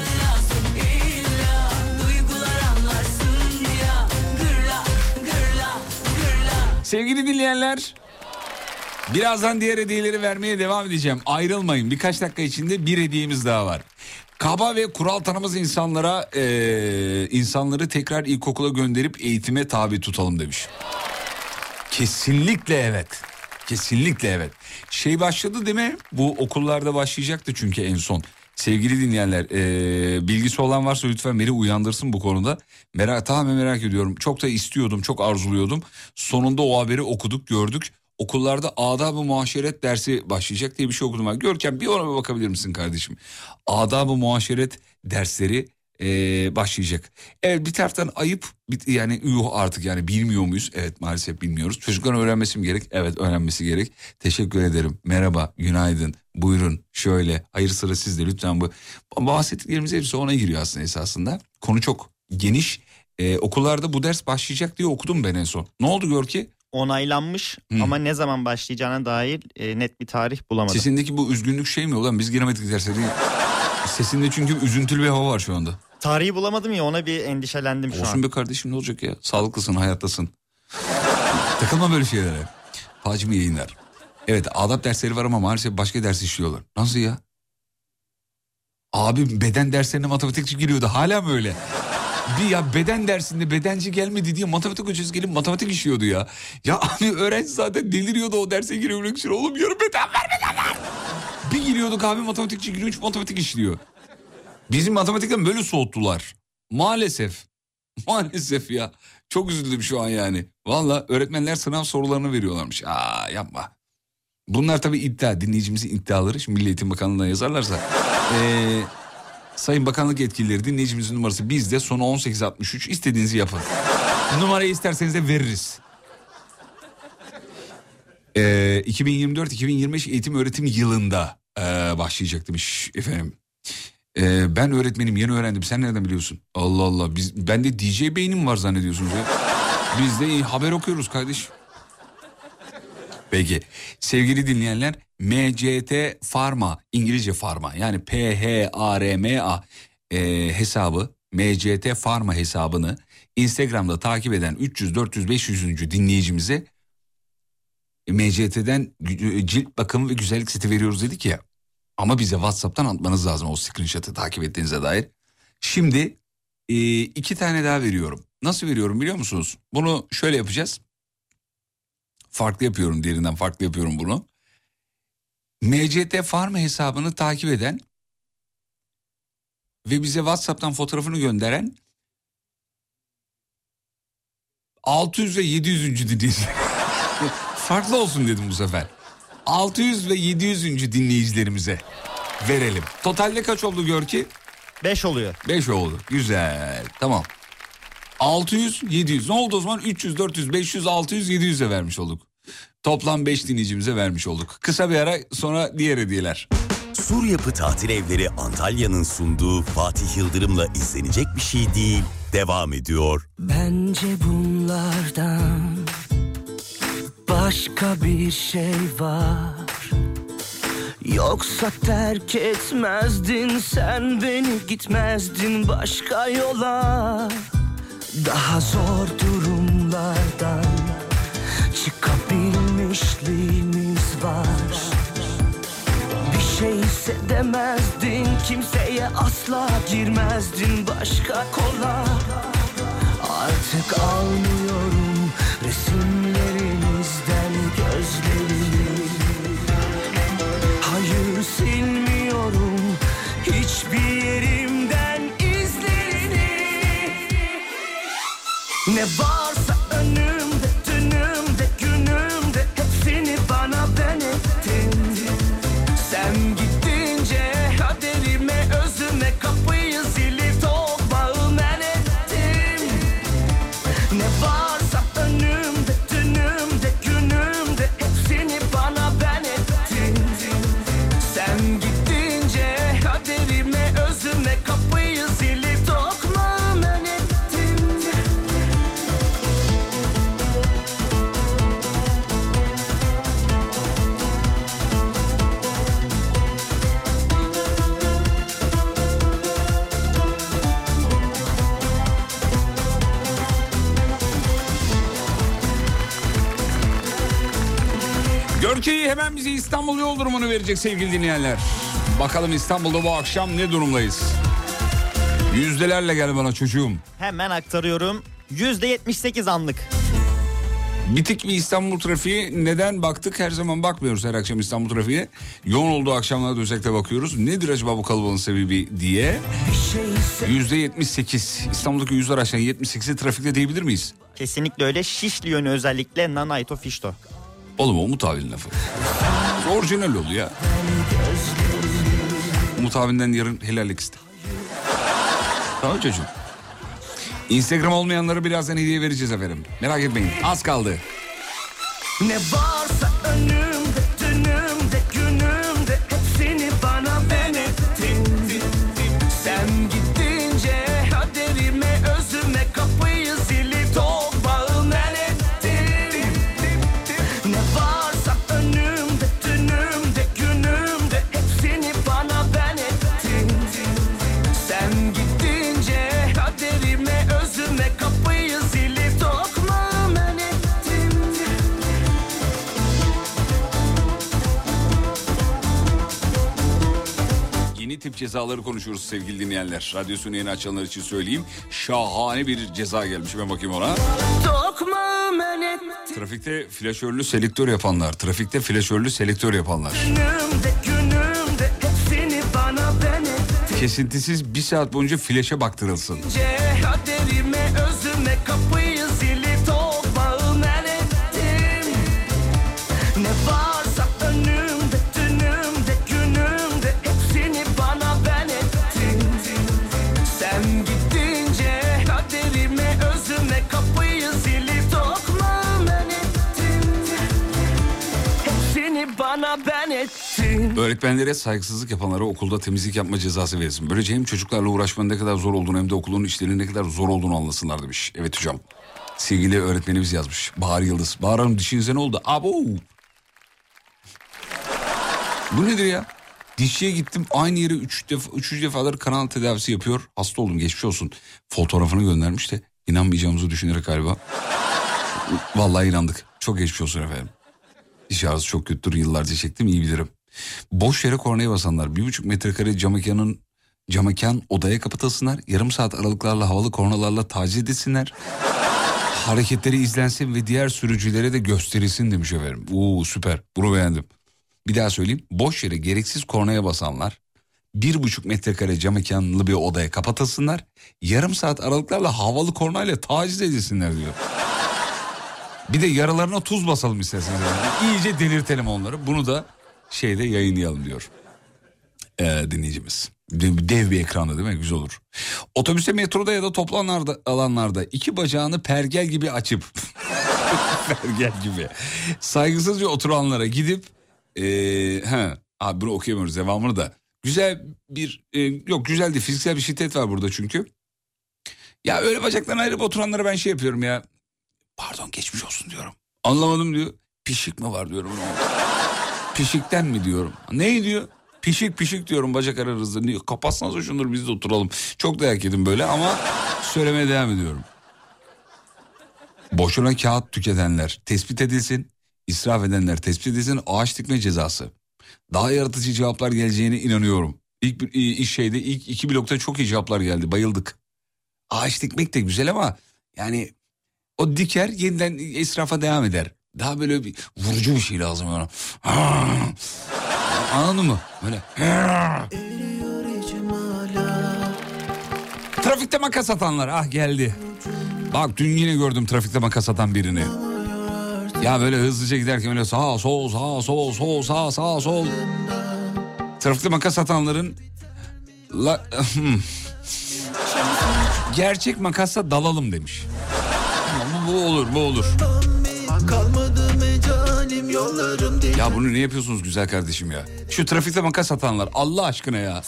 Speaker 3: Sevgili dinleyenler, birazdan diğer hediyeleri vermeye devam edeceğim. Ayrılmayın, birkaç dakika içinde bir hediyemiz daha var. Kaba ve kural tanımaz insanlara ee, insanları tekrar ilkokula gönderip eğitime tabi tutalım demiş. Kesinlikle evet. Kesinlikle evet. Şey başladı değil mi? Bu okullarda başlayacaktı çünkü en son. Sevgili dinleyenler, ee, bilgisi olan varsa lütfen beni uyandırsın bu konuda. Merak, tamamen merak ediyorum. Çok da istiyordum, çok arzuluyordum. Sonunda o haberi okuduk, gördük. Okullarda adab-ı muaşeret dersi başlayacak diye bir şey okudum. Görkem bir ona bir bakabilir misin kardeşim? Adab-ı muaşeret dersleri ee, başlayacak. Evet, bir taraftan ayıp, bir, yani yuh artık yani bilmiyor muyuz? Evet, maalesef bilmiyoruz. Çocukların öğrenmesi mi gerek? Evet, öğrenmesi gerek. Teşekkür ederim. Merhaba, günaydın, buyurun, şöyle. Hayır, sıra sizde lütfen. Bu bahsettiklerimiz hepsi ona giriyor aslında esasında. Konu çok geniş. Ee, okullarda bu ders başlayacak diye okudum ben en son. Ne oldu Görki?
Speaker 4: Onaylanmış hmm. ama ne zaman başlayacağına dair e, net bir tarih bulamadım.
Speaker 3: Sesindeki bu üzgünlük şey mi? Ulan biz giremedik derse değil. Sesinde çünkü üzüntülü bir hava var şu anda.
Speaker 4: Tarihi bulamadım ya, ona bir endişelendim şu
Speaker 3: Olsun
Speaker 4: an.
Speaker 3: Olsun be kardeşim, ne olacak ya? Sağlıklısın, hayattasın. Takılma böyle şeylere. Hacmi yayınlar. Evet, adab dersleri var ama maalesef başka ders işliyorlar. Nasıl ya? Abi beden derslerine matematikçi giriyordu. Hala mı öyle? Bir ya beden dersinde bedenci gelmedi diye matematik hocası gelip matematik işliyordu ya. Ya abi öğrenci zaten deliriyordu o derse giriyor. Oğlum yarın beden ver beden ver. Bir giriyorduk abi, matematikçi giriyor, üç matematik işliyor. Bizim matematikten böyle soğuttular. Maalesef. Maalesef ya. Çok üzüldüm şu an yani. Valla öğretmenler sınav sorularını veriyorlarmış. Aa yapma. Bunlar tabii iddia. Dinleyicimizin iddiaları. Şimdi Milli Eğitim Bakanlığı'na yazarlarsa. Eee... Sayın Bakanlık yetkilileri, dinleyicimizin numarası bizde, sonu on sekiz altmış üç, istediğinizi yapın. Numarayı isterseniz de veririz. Ee, iki bin yirmi dört iki bin yirmi beş eğitim öğretim yılında ee, başlayacak demiş efendim. Ee, ben öğretmenim, yeni öğrendim, sen nereden biliyorsun? Allah Allah, biz, ben de D J beynim var zannediyorsunuz ya. Biz de iyi haber okuyoruz kardeş. Peki sevgili dinleyenler, M C T Pharma, İngilizce Pharma yani P H A R M A e, hesabı, M C T Pharma hesabını Instagram'da takip eden üç yüz dört yüz beş yüz. dinleyicimize M C T'den cilt bakım ve güzellik seti veriyoruz dedik ya. Ama bize WhatsApp'tan atmanız lazım o screenshot'ı takip ettiğinize dair. Şimdi e, iki tane daha veriyorum. Nasıl veriyorum biliyor musunuz? Bunu şöyle yapacağız. Farklı yapıyorum, diğerinden farklı yapıyorum bunu. M C T Farm hesabını takip eden ve bize WhatsApp'tan fotoğrafını gönderen altı yüz ve yedi yüzüncü dinleyici. Farklı olsun dedim bu sefer. altı yüz ve yedi yüzüncü dinleyicilerimize verelim. Totalde kaç oldu Görki?
Speaker 4: beş oluyor.
Speaker 3: beş oldu. Güzel. Tamam. altı yüz, yedi yüz. Ne oldu o zaman? üç yüz, dört yüz, beş yüz, altı yüz, yedi yüze vermiş olduk. Toplam beş dinleyicimize vermiş olduk. Kısa bir ara sonra diğer hediyeler.
Speaker 1: Sur Yapı Tatil Evleri Antalya'nın sunduğu Fatih Yıldırım'la izlenecek bir şey değil, devam ediyor.
Speaker 2: Bence bunlardan başka bir şey var. Yoksa terk etmezdin sen beni, gitmezdin başka yola. Daha zor durumlardan çıkabilmişliğimiz var. Bir şey hissedemezdin, kimseye asla girmezdin başka kola. Artık almıyorum resimlerimizden gözlerimi. Hayır, silmiyorum hiçbir yerimden izlerini. Ne varsa önümde, dünümde, günümde hepsini bana ben ettin. Sen gidince kaderime, özüme kapıyı zili tokmağı men ettim. Ne varsa önümde, dünümde, günümde hepsini bana ben ettin. Sen gidince kaderime, özüme kapıyı zili tokmağı men ettim.
Speaker 3: Görke'yi hemen bize İstanbul yol durumunu verecek sevgili dinleyenler. Bakalım İstanbul'da bu akşam ne durumdayız? Yüzdelerle gel bana çocuğum.
Speaker 4: Hemen aktarıyorum. yüzde yetmiş sekiz anlık.
Speaker 3: Bitik bir İstanbul trafiği. Neden baktık? Her zaman bakmıyoruz her akşam İstanbul trafiğe. Yoğun olduğu akşamlarda özellikle bakıyoruz. Nedir acaba bu kalabalığın sebebi diye. yüzde yetmiş sekiz. İstanbul'daki yüzler aşağı yetmiş sekizi trafikte diyebilir miyiz?
Speaker 4: Kesinlikle öyle. Şişli yönü özellikle Nanaito Fişto.
Speaker 3: Oğlum o Umut abinin lafı. Orijinal oldu ya. Umut abinden yarın helallik iste. Tamam çocuğum. Instagram olmayanlara birazdan hediye vereceğiz efendim. Merak etmeyin. Az kaldı.
Speaker 2: Ne varsa önümde, dünümde, günümde hepsini bana ben ettin. Sen gidince kaderime, özüme kapıyı zili tokmağı men ettin. Ne varsa önümde, dünümde, günümde hepsini bana ben ettin. Sen gidince kaderime, özüme kapıyı zili tokmağı men ettin.
Speaker 3: Yeni tip cezaları konuşuyoruz sevgili dinleyenler. Radyosunu yeni açanlar için söyleyeyim. Şahane bir ceza gelmiş. Ben bakayım ona.
Speaker 2: Tokmağı men ettin.
Speaker 3: Trafikte flaşörlü selektör yapanlar. Trafikte flaşörlü selektör yapanlar.
Speaker 2: Günümde, günümde hepsini bana ben ettin.
Speaker 3: Kesintisiz bir saat boyunca flaşe baktırılsın.
Speaker 2: Kaderime, özüme kapıyı zili tokmağı men ettin. Ne varsa önümde, dünümde, günümde hepsini bana ben ettin. Sen gidince kaderime, özüme kapıyı zili tokmağı men ettin. Hepsini bana ben ettin.
Speaker 3: Öğretmenlere saygısızlık yapanlara okulda temizlik yapma cezası verilsin. Böylece hem çocuklarla uğraşmanın ne kadar zor olduğunu hem de okulun işlerinin ne kadar zor olduğunu anlasınlar demiş. Evet hocam. Sevgili öğretmenimiz yazmış. Bahar Yıldız. Bahar Hanım dişinize ne oldu? Abo. Bu nedir ya? Dişçiye gittim, aynı yere üç defa, üçüncü defalar kanal tedavisi yapıyor. Hasta oldum, geçmiş olsun. Fotoğrafını göndermiş de inanmayacağımızı düşünerek galiba. Vallahi inandık. Çok geçmiş olsun efendim. Diş ağrısı çok kötüdür, yıllarca çektim, iyi bilirim. Boş yere kornaya basanlar bir buçuk metrekare cam mekanın cam mekan odaya kapatılsınlar. Yarım saat aralıklarla havalı kornalarla taciz edilsinler. Hareketleri izlensin ve diğer sürücülere de gösterilsin demiş efendim. Oo süper, bunu beğendim. Bir daha söyleyeyim. Boş yere gereksiz kornaya basanlar bir buçuk metrekare cam mekanlı bir odaya kapatılsınlar. Yarım saat aralıklarla havalı kornayla taciz edilsinler diyor. Bir de yaralarına tuz basalım isterseniz. Yani. İyice delirtelim onları. Bunu da şeyde yayınlayalım diyor ee, dinleyicimiz. Dev bir ekranda değil mi? Güzel olur. Otobüste, metroda ya da toplu alanlarda iki bacağını pergel gibi açıp pergel gibi saygısızca oturanlara gidip ee, he, abi bunu okuyamıyoruz devamını da. Güzel bir e, yok güzel değil, fiziksel bir şiddet var burada çünkü. Ya öyle bacaklarını ayırıp oturanlara ben şey yapıyorum ya. Pardon geçmiş olsun diyorum. Anlamadım diyor. Pişik mi var diyorum. Pişikten mi diyorum. Ne diyor? Pişik pişik diyorum bacak aranızda. Niye? Kapatsanız şunları biz de oturalım. Çok dayak yedim böyle ama söylemeye devam ediyorum. Boşuna kağıt tüketenler tespit edilsin. İsraf edenler tespit edilsin. Ağaç dikme cezası. Daha yaratıcı cevaplar geleceğine inanıyorum. İlk bir iş şeyde ilk iki blokta çok iyi cevaplar geldi. Bayıldık. Ağaç dikmek de güzel ama yani o diker yeniden israfa devam eder. Daha böyle bir vurucu bir şey lazım ona. Anladın mı? Böyle. Trafikte makas atanlar ah geldi. Bak dün yine gördüm trafikte makas atan birini. Ya böyle hızlıca giderken öyle sağ sol sağ sol sol sağ sağ sol. Trafikte makas atanların la... gerçek makasla dalalım demiş. Ama bu, bu olur bu olur. Ya bunu ne yapıyorsunuz güzel kardeşim ya? Şu trafikte makas atanlar Allah aşkına ya.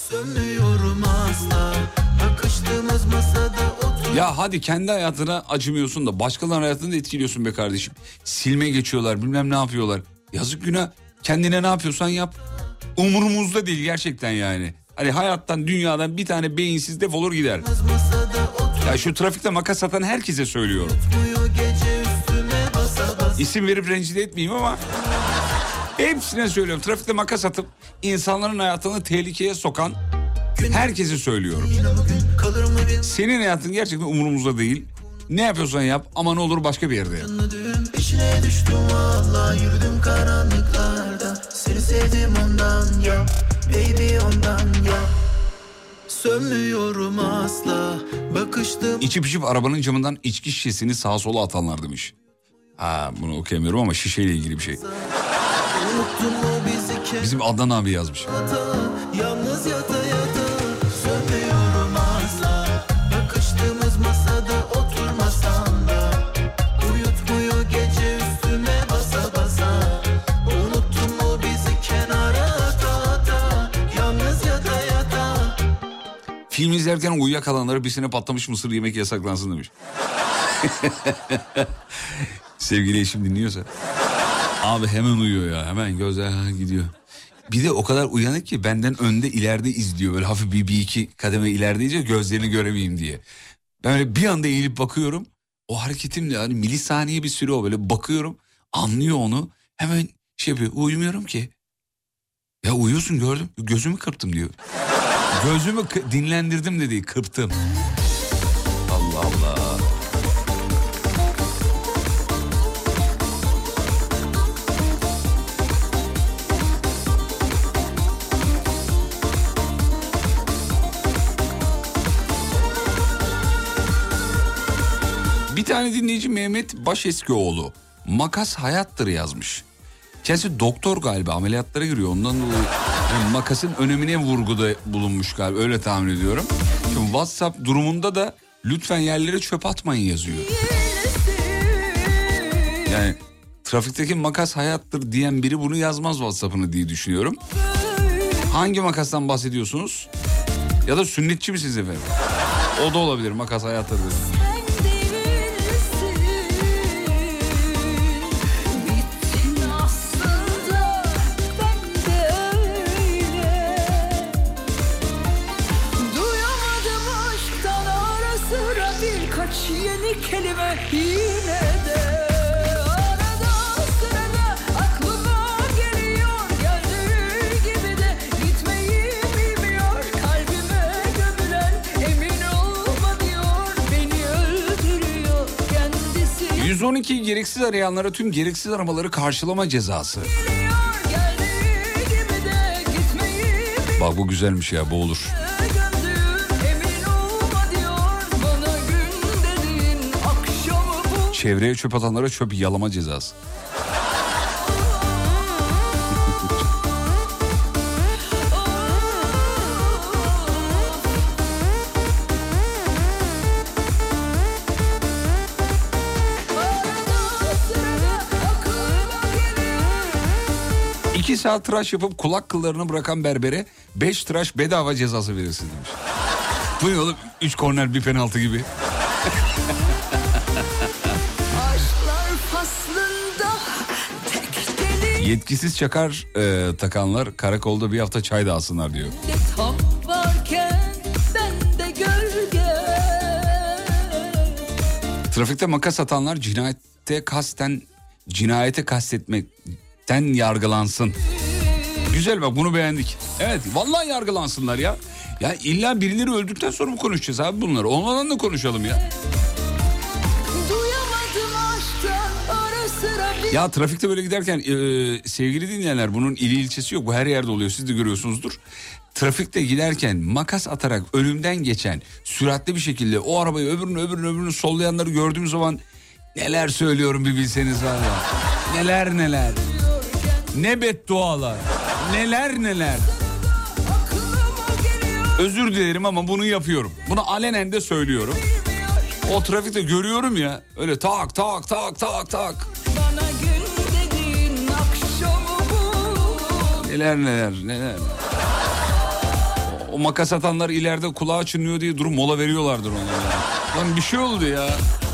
Speaker 3: Ya hadi kendi hayatına acımıyorsun da başkalarının hayatını da etkiliyorsun be kardeşim. Silme geçiyorlar bilmem ne yapıyorlar. Yazık günah, kendine ne yapıyorsan yap. Umurumuzda değil gerçekten yani. Hani hayattan dünyadan bir tane beyinsiz defolur gider. Ya şu trafikte makas atan herkese söylüyorum. İsim verip rencide etmeyeyim ama hepsine söylüyorum. Trafikte makas atıp insanların hayatını tehlikeye sokan herkese söylüyorum. Senin hayatın gerçekten umurumuzda değil. Ne yapıyorsan yap ama ne olur başka bir yerde yap. İçine düştüm vallahi yürüdüm karanlıklarda. Seni sevdim ondan ya baby ondan ya. Sönmüyorum asla bakıştım. İçip içip arabanın camından içki şişesini sağa sola atanlar demiş. Ha bunu okuyamıyorum ama şişeyle ilgili bir şey. Bizim Adnan abi yazmış. Yalnız yata yata sönmüyorum asla. Bakıştığımız masada oturmasan da uyutmuyor gece üstüme basa basa. Unuttun mu bizi kenara ata ata. Yalnız yata yata. Film izlerken uyuyakalanlara bir sene patlamış mısır yemek yasaklansın demiş. Sevgili eşim dinliyorsa. Abi hemen uyuyor ya, hemen gözler gidiyor. Bir de o kadar uyanık ki benden önde ileride izliyor. Böyle hafif bir, bir iki kademe ileride izliyor gözlerini göremeyeyim diye. Ben öyle bir anda eğilip bakıyorum. O hareketimle hani milisaniye bir süre o böyle bakıyorum. Anlıyor onu. Hemen şey yapıyor, uyumuyorum ki. Ya uyuyorsun gördüm, gözümü kırptım diyor. Gözümü dinlendirdim dedi, kırptım. Allah Allah. Bir tane dinleyici Mehmet Başeskioğlu makas hayattır yazmış. Kendisi doktor galiba, ameliyatlara giriyor ondan dolayı yani makasın önemine vurguda bulunmuş galiba, öyle tahmin ediyorum. Şimdi WhatsApp durumunda da lütfen yerlere çöp atmayın yazıyor. Yani trafikteki makas hayattır diyen biri bunu yazmaz WhatsApp'ını diye düşünüyorum. Hangi makastan bahsediyorsunuz? Ya da sünnetçi misiniz efendim? O da olabilir, makas hayattır dedi.
Speaker 2: Kelime yine de arada sırada aklıma
Speaker 3: yüz on ikiyi gereksiz arayanlara tüm gereksiz aramaları karşılama cezası. Bak bu güzelmiş ya, bu olur. Çevreye çöp atanlara çöp yalama cezası. İki saat tıraş yapıp kulak kıllarını bırakan berbere beş tıraş bedava cezası verirsin demiş. Bu ne oğlum? Üç korner bir penaltı gibi. Yetkisiz çakar e, takanlar karakolda bir hafta çay dağılsınlar diyor. Trafikte makas atanlar cinayete kasten cinayete kastetmekten yargılansın. Güzel, bak bunu beğendik. Evet, vallahi yargılansınlar ya. Ya illa birileri öldükten sonra mı konuşacağız abi bunları? Olmadan da konuşalım ya. Ya trafikte böyle giderken e, sevgili dinleyenler, bunun ili ilçesi yok. Bu her yerde oluyor, siz de görüyorsunuzdur. Trafikte giderken makas atarak önümden geçen süratli bir şekilde o arabayı öbürünü öbürünü öbürünü sollayanları gördüğüm zaman neler söylüyorum bir bilseniz var ya. Neler neler. Ne beddualar. Neler neler. Özür dilerim ama bunu yapıyorum. Bunu alenen de söylüyorum. O trafikte görüyorum ya, öyle tak tak tak tak tak. Neler neler neler. O makas atanlar ileride kulağı çınlıyor diye durum mola veriyorlardır onlara. Lan bir şey oldu ya.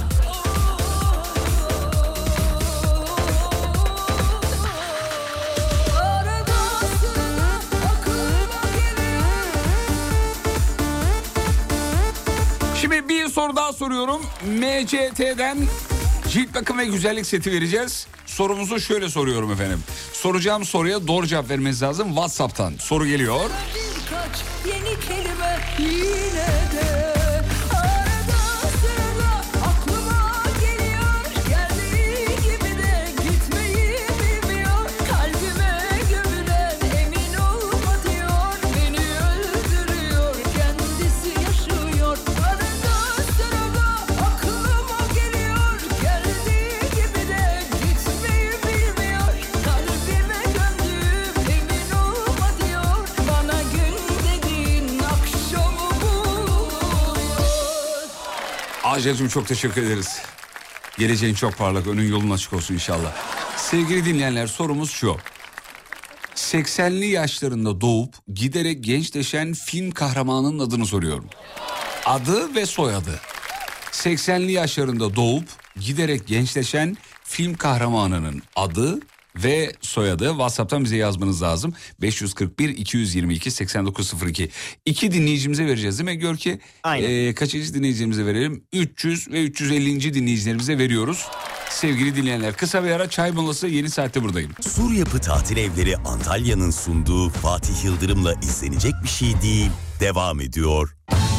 Speaker 3: Şimdi bir soru daha soruyorum. M C T'den cilt bakım ve güzellik seti vereceğiz. Sorumuzu şöyle soruyorum efendim. Soracağım soruya doğru cevap vermeniz lazım WhatsApp'tan. Soru geliyor. Birkaç yeni kelime yine de arada sırada aklıma geliyor. Geldiği gibi de gitmeyi bilmiyor. Kalbime gömülen emin olma diyor. Beni öldürüyor, kendisi yaşıyor. Arada sırada aklıma geliyor. Geldiği gibi de gitmeyi bilmiyor. Kalbime gömdüğüm emin olma diyor. Bana gün dediğin akşamı buluyor. Ajda'cığım çok teşekkür ederiz. Geleceğin çok parlak, önün yolun açık olsun inşallah. Sevgili dinleyenler, sorumuz şu. seksenli yaşlarında doğup giderek gençleşen film kahramanının adını soruyorum. Adı ve soyadı. seksenli yaşlarında doğup giderek gençleşen film kahramanının adı ve soyadı. WhatsApp'tan bize yazmanız lazım. beş yüz kırk bir iki yüz yirmi iki seksen dokuz sıfır iki. İki dinleyicimize vereceğiz değil mi Görki?
Speaker 4: Aynen.
Speaker 3: Ee, kaçıncı dinleyicimize verelim? üç yüz ve üç yüz ellinci dinleyicilerimize veriyoruz. Sevgili dinleyenler, kısa bir ara, çay molası, yeni saatte buradayım.
Speaker 1: Sur Yapı Tatil Evleri Antalya'nın sunduğu Fatih Yıldırım'la izlenecek bir şey değil devam ediyor.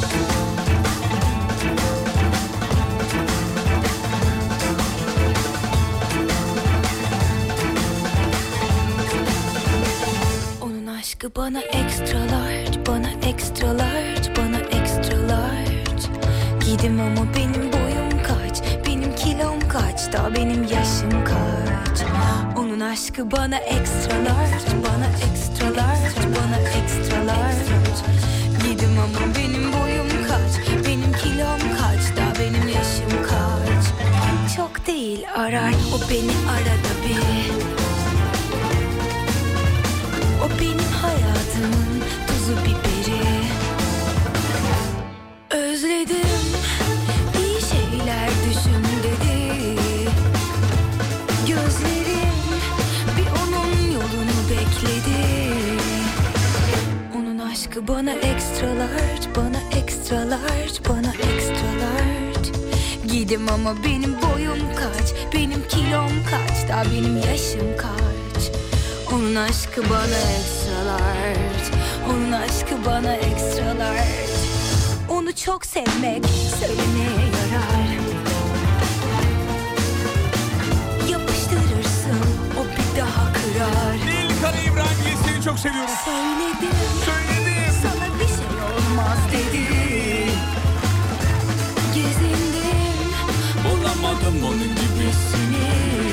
Speaker 5: Onun aşkı bana extra large, bana extra large, bana extra large. Giydim ama benim boyum kaç, benim kilom kaç, daha benim yaşım kaç. Onun aşkı bana extra large, bana extra large, bana extra large. Giydim ama benim boyum kaç, benim kilom kaç, daha benim yaşım kaç. Çok değil arar, o beni arada bir. O benim hayatımın tuzu biberi. Özledim, iyi şeyler düşün dedi. Gözlerim bir onun yolunu bekledi. Onun aşkı bana extra large, bana extra large, bana extra large. Giydim ama benim boyum kaç, benim kilom kaç, daha benim yaşım kaç. Onun aşkı bana extra large, onun aşkı bana extra large. Onu çok sevmek söylemeye yarar. yarar.
Speaker 3: Nilkan İbrahim seni çok seviyorum.
Speaker 5: Söyledim,
Speaker 3: Söyledim.
Speaker 5: sana bir şey olmaz dedim. Gezindim, bulamadım onun gibisini.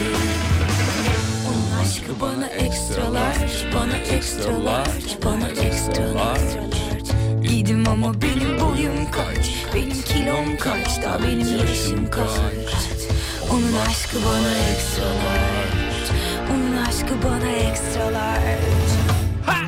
Speaker 5: Onun aşkı bana ekstralar, bana ekstralar, bana ekstralar. Giydim ama benim boyum kaç, benim kilom kaç, daha benim yaşım kaç. Onun aşkı bana ekstralar, onun aşkı bana ekstralar. Ha!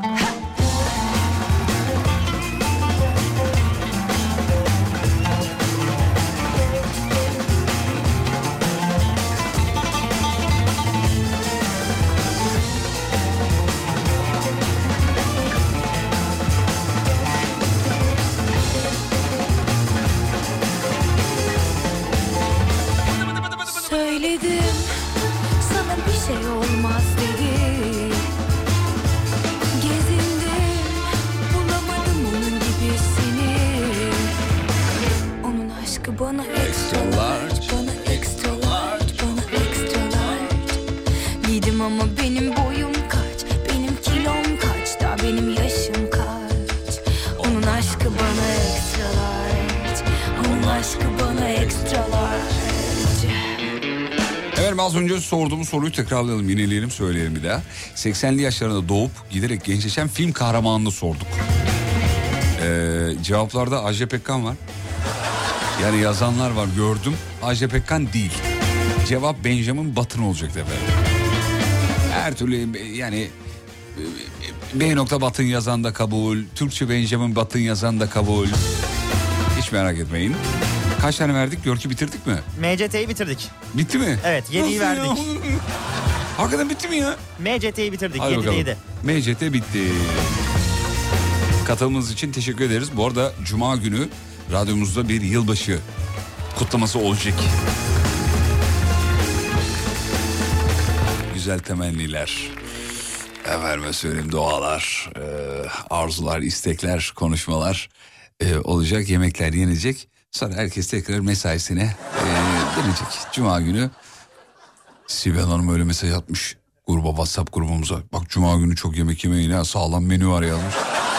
Speaker 5: Söyledim, sana bir şey olmaz dedim. Gezindim, bulamadım onun gibisini. Onun aşkı bana extra large, bana extra large, bana extra large. Giydim ama benim boyum kaç, benim kilom kaç, daha benim yaşım kaç. Onun aşkı bana extra large, onun aşkı bana extra large.
Speaker 3: Efendim az önce sorduğumuz soruyu tekrarlayalım, yineleyelim, söyleyelim bir daha. seksenli yaşlarında doğup giderek gençleşen film kahramanını sorduk. Ee, cevaplarda Ajda Pekkan var. Yani yazanlar var, gördüm. Ajda Pekkan değil. Cevap Benjamin Button olacaktı efendim. Her türlü yani B. Button yazan da kabul. Türkçe Benjamin Button yazan da kabul. Hiç merak etmeyin. Kaç tane verdik? Görkü bitirdik mi?
Speaker 4: M C T'yi bitirdik.
Speaker 3: Bitti mi?
Speaker 4: Evet, yediyi verdik.
Speaker 3: Hakikaten bitti mi ya?
Speaker 4: M C T'yi bitirdik.
Speaker 3: Hadi
Speaker 4: yedi yedi.
Speaker 3: M C T bitti. Katılımınız için teşekkür ederiz. Bu arada Cuma günü radyomuzda bir yılbaşı kutlaması olacak. Güzel temenniler, efendime söyleyeyim dualar, e, arzular, istekler, konuşmalar e, olacak. Yemekler yenecek. Sonra herkes tekrar mesaisine e, dönecek. Cuma günü Sibel Hanım öyle mesaj atmış gruba, WhatsApp grubumuza. Bak Cuma günü çok yemek yemeyin ha, sağlam menü var yazmış.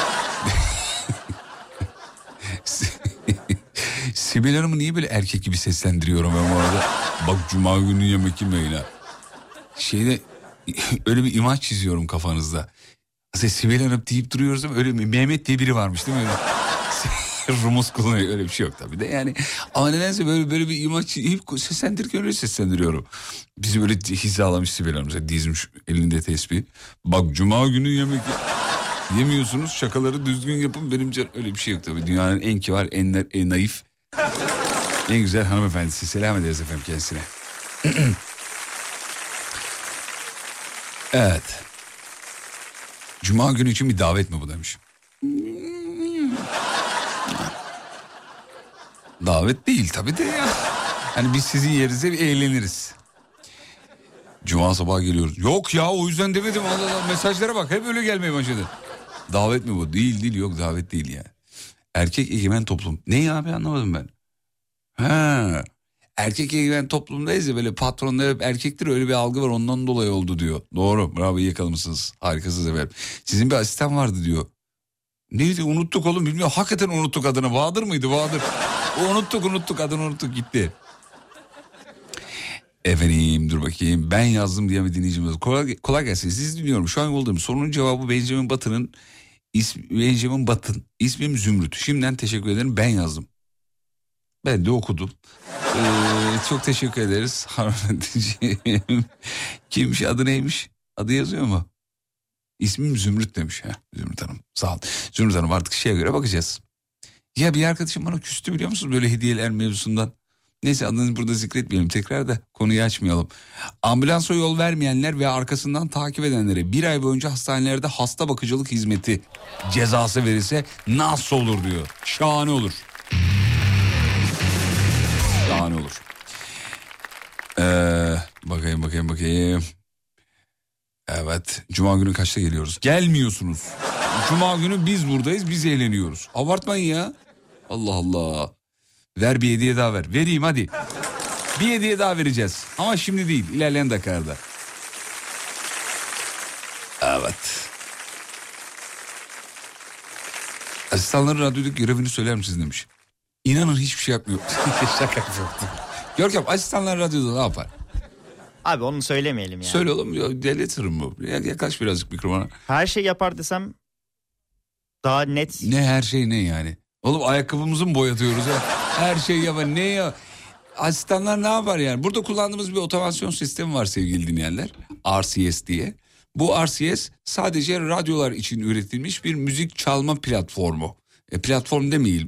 Speaker 3: Sibel Hanım'ı niye böyle erkek gibi seslendiriyorum ben bu arada? Bak Cuma günü yemek yemeyin ha. Şeyde öyle bir imaj çiziyorum kafanızda. Mesela Sibel Hanım deyip duruyoruz ama öyle mi? Mehmet diye biri varmış değil mi? Öyle? Rumuz kullanıyor, öyle bir şey yok tabii de yani. Ama nedense böyle böyle bir imaj hep seslendirirken öyle seslendiriyorum. Bizi böyle hizalamış Sibel Hanım. Dizmiş elinde tesbih. Bak Cuma günü yemek yemiyorsunuz, şakaları düzgün yapın. Benim can öyle bir şey yok tabii. Dünyanın en kibar, en, en naif, en güzel hanımefendisi. Selam ederiz efendim kendisine. Evet. Cuma günü için bir davet mi bu demiş. Davet değil tabii de ya. Hani biz sizin yerinize bir eğleniriz. Cuma sabahı geliyoruz. Yok ya, o yüzden demedim. Allah Allah, mesajlara bak, hep öyle gelmeye başladı. Davet mi bu? Değil değil, yok davet değil ya. Erkek egemen toplum. Ne abi, anlamadım ben. Ha. Erkek egemen toplumdayız ya, böyle patronlar hep erkektir, öyle bir algı var, ondan dolayı oldu diyor. Doğru, bravo, iyi yakalamışsınız. Harikasınız efendim. Sizin bir asistan vardı diyor. Neydi, unuttuk oğlum, bilmiyorum. Hakikaten unuttuk adını. Bahadır mıydı? Bahadır. Unuttuk unuttuk adını unuttuk gitti. Efendim dur bakayım, ben yazdım diye bir dinleyicimiz. Kolay, kolay gelsin, siz dinliyorum. Şu an olduğum sorunun cevabı Benjamin Button'ın ismi, Benjamin Button. İsmim Zümrüt. Şimdiden teşekkür ederim, ben yazdım. Ben de okudum. Ee, çok teşekkür ederiz. Kimmiş, adı neymiş? Adı yazıyor mu? İsmim Zümrüt demiş. Heh, Zümrüt Hanım sağ ol. Zümrüt Hanım artık şeye göre bakacağız. Ya bir arkadaşım bana küstü biliyor musunuz böyle hediyeler mevzusundan. Neyse adını burada zikretmeyelim tekrar da konuyu açmayalım. Ambulansa yol vermeyenler ve arkasından takip edenlere bir ay boyunca hastanelerde hasta bakıcılık hizmeti cezası verilse nasıl olur diyor. Şahane olur. Şahane olur. Ee, bakayım bakayım bakayım. Evet, Cuma günü kaçta geliyoruz? Gelmiyorsunuz. Cuma günü biz buradayız, biz eğleniyoruz. Abartmayın ya. Allah Allah. Ver bir hediye daha ver. Vereyim hadi. Bir hediye daha vereceğiz. Ama şimdi değil, ilerleyen dakikalarda. Evet. Asistanların radyodaki görevini söyler misiniz demiş. İnanın hiçbir şey yapmıyor. Şaka yapıyordum. Görkem asistanlar radyoda ne yapar?
Speaker 4: Abi onu söylemeyelim yani.
Speaker 3: Söyle oğlum, deletirim bu. Yaklaş birazcık mikrofona.
Speaker 4: Her şey yapar desem daha net.
Speaker 3: Ne her şey ne yani? Oğlum ayakkabımızı mı boyatıyoruz ya? Her şey yapar. Ne ya? Asistanlar ne yapar yani? Burada kullandığımız bir otomasyon sistemi var sevgili dinleyenler. R C S diye. Bu R C S sadece radyolar için üretilmiş bir müzik çalma platformu. E, platform demeyelim.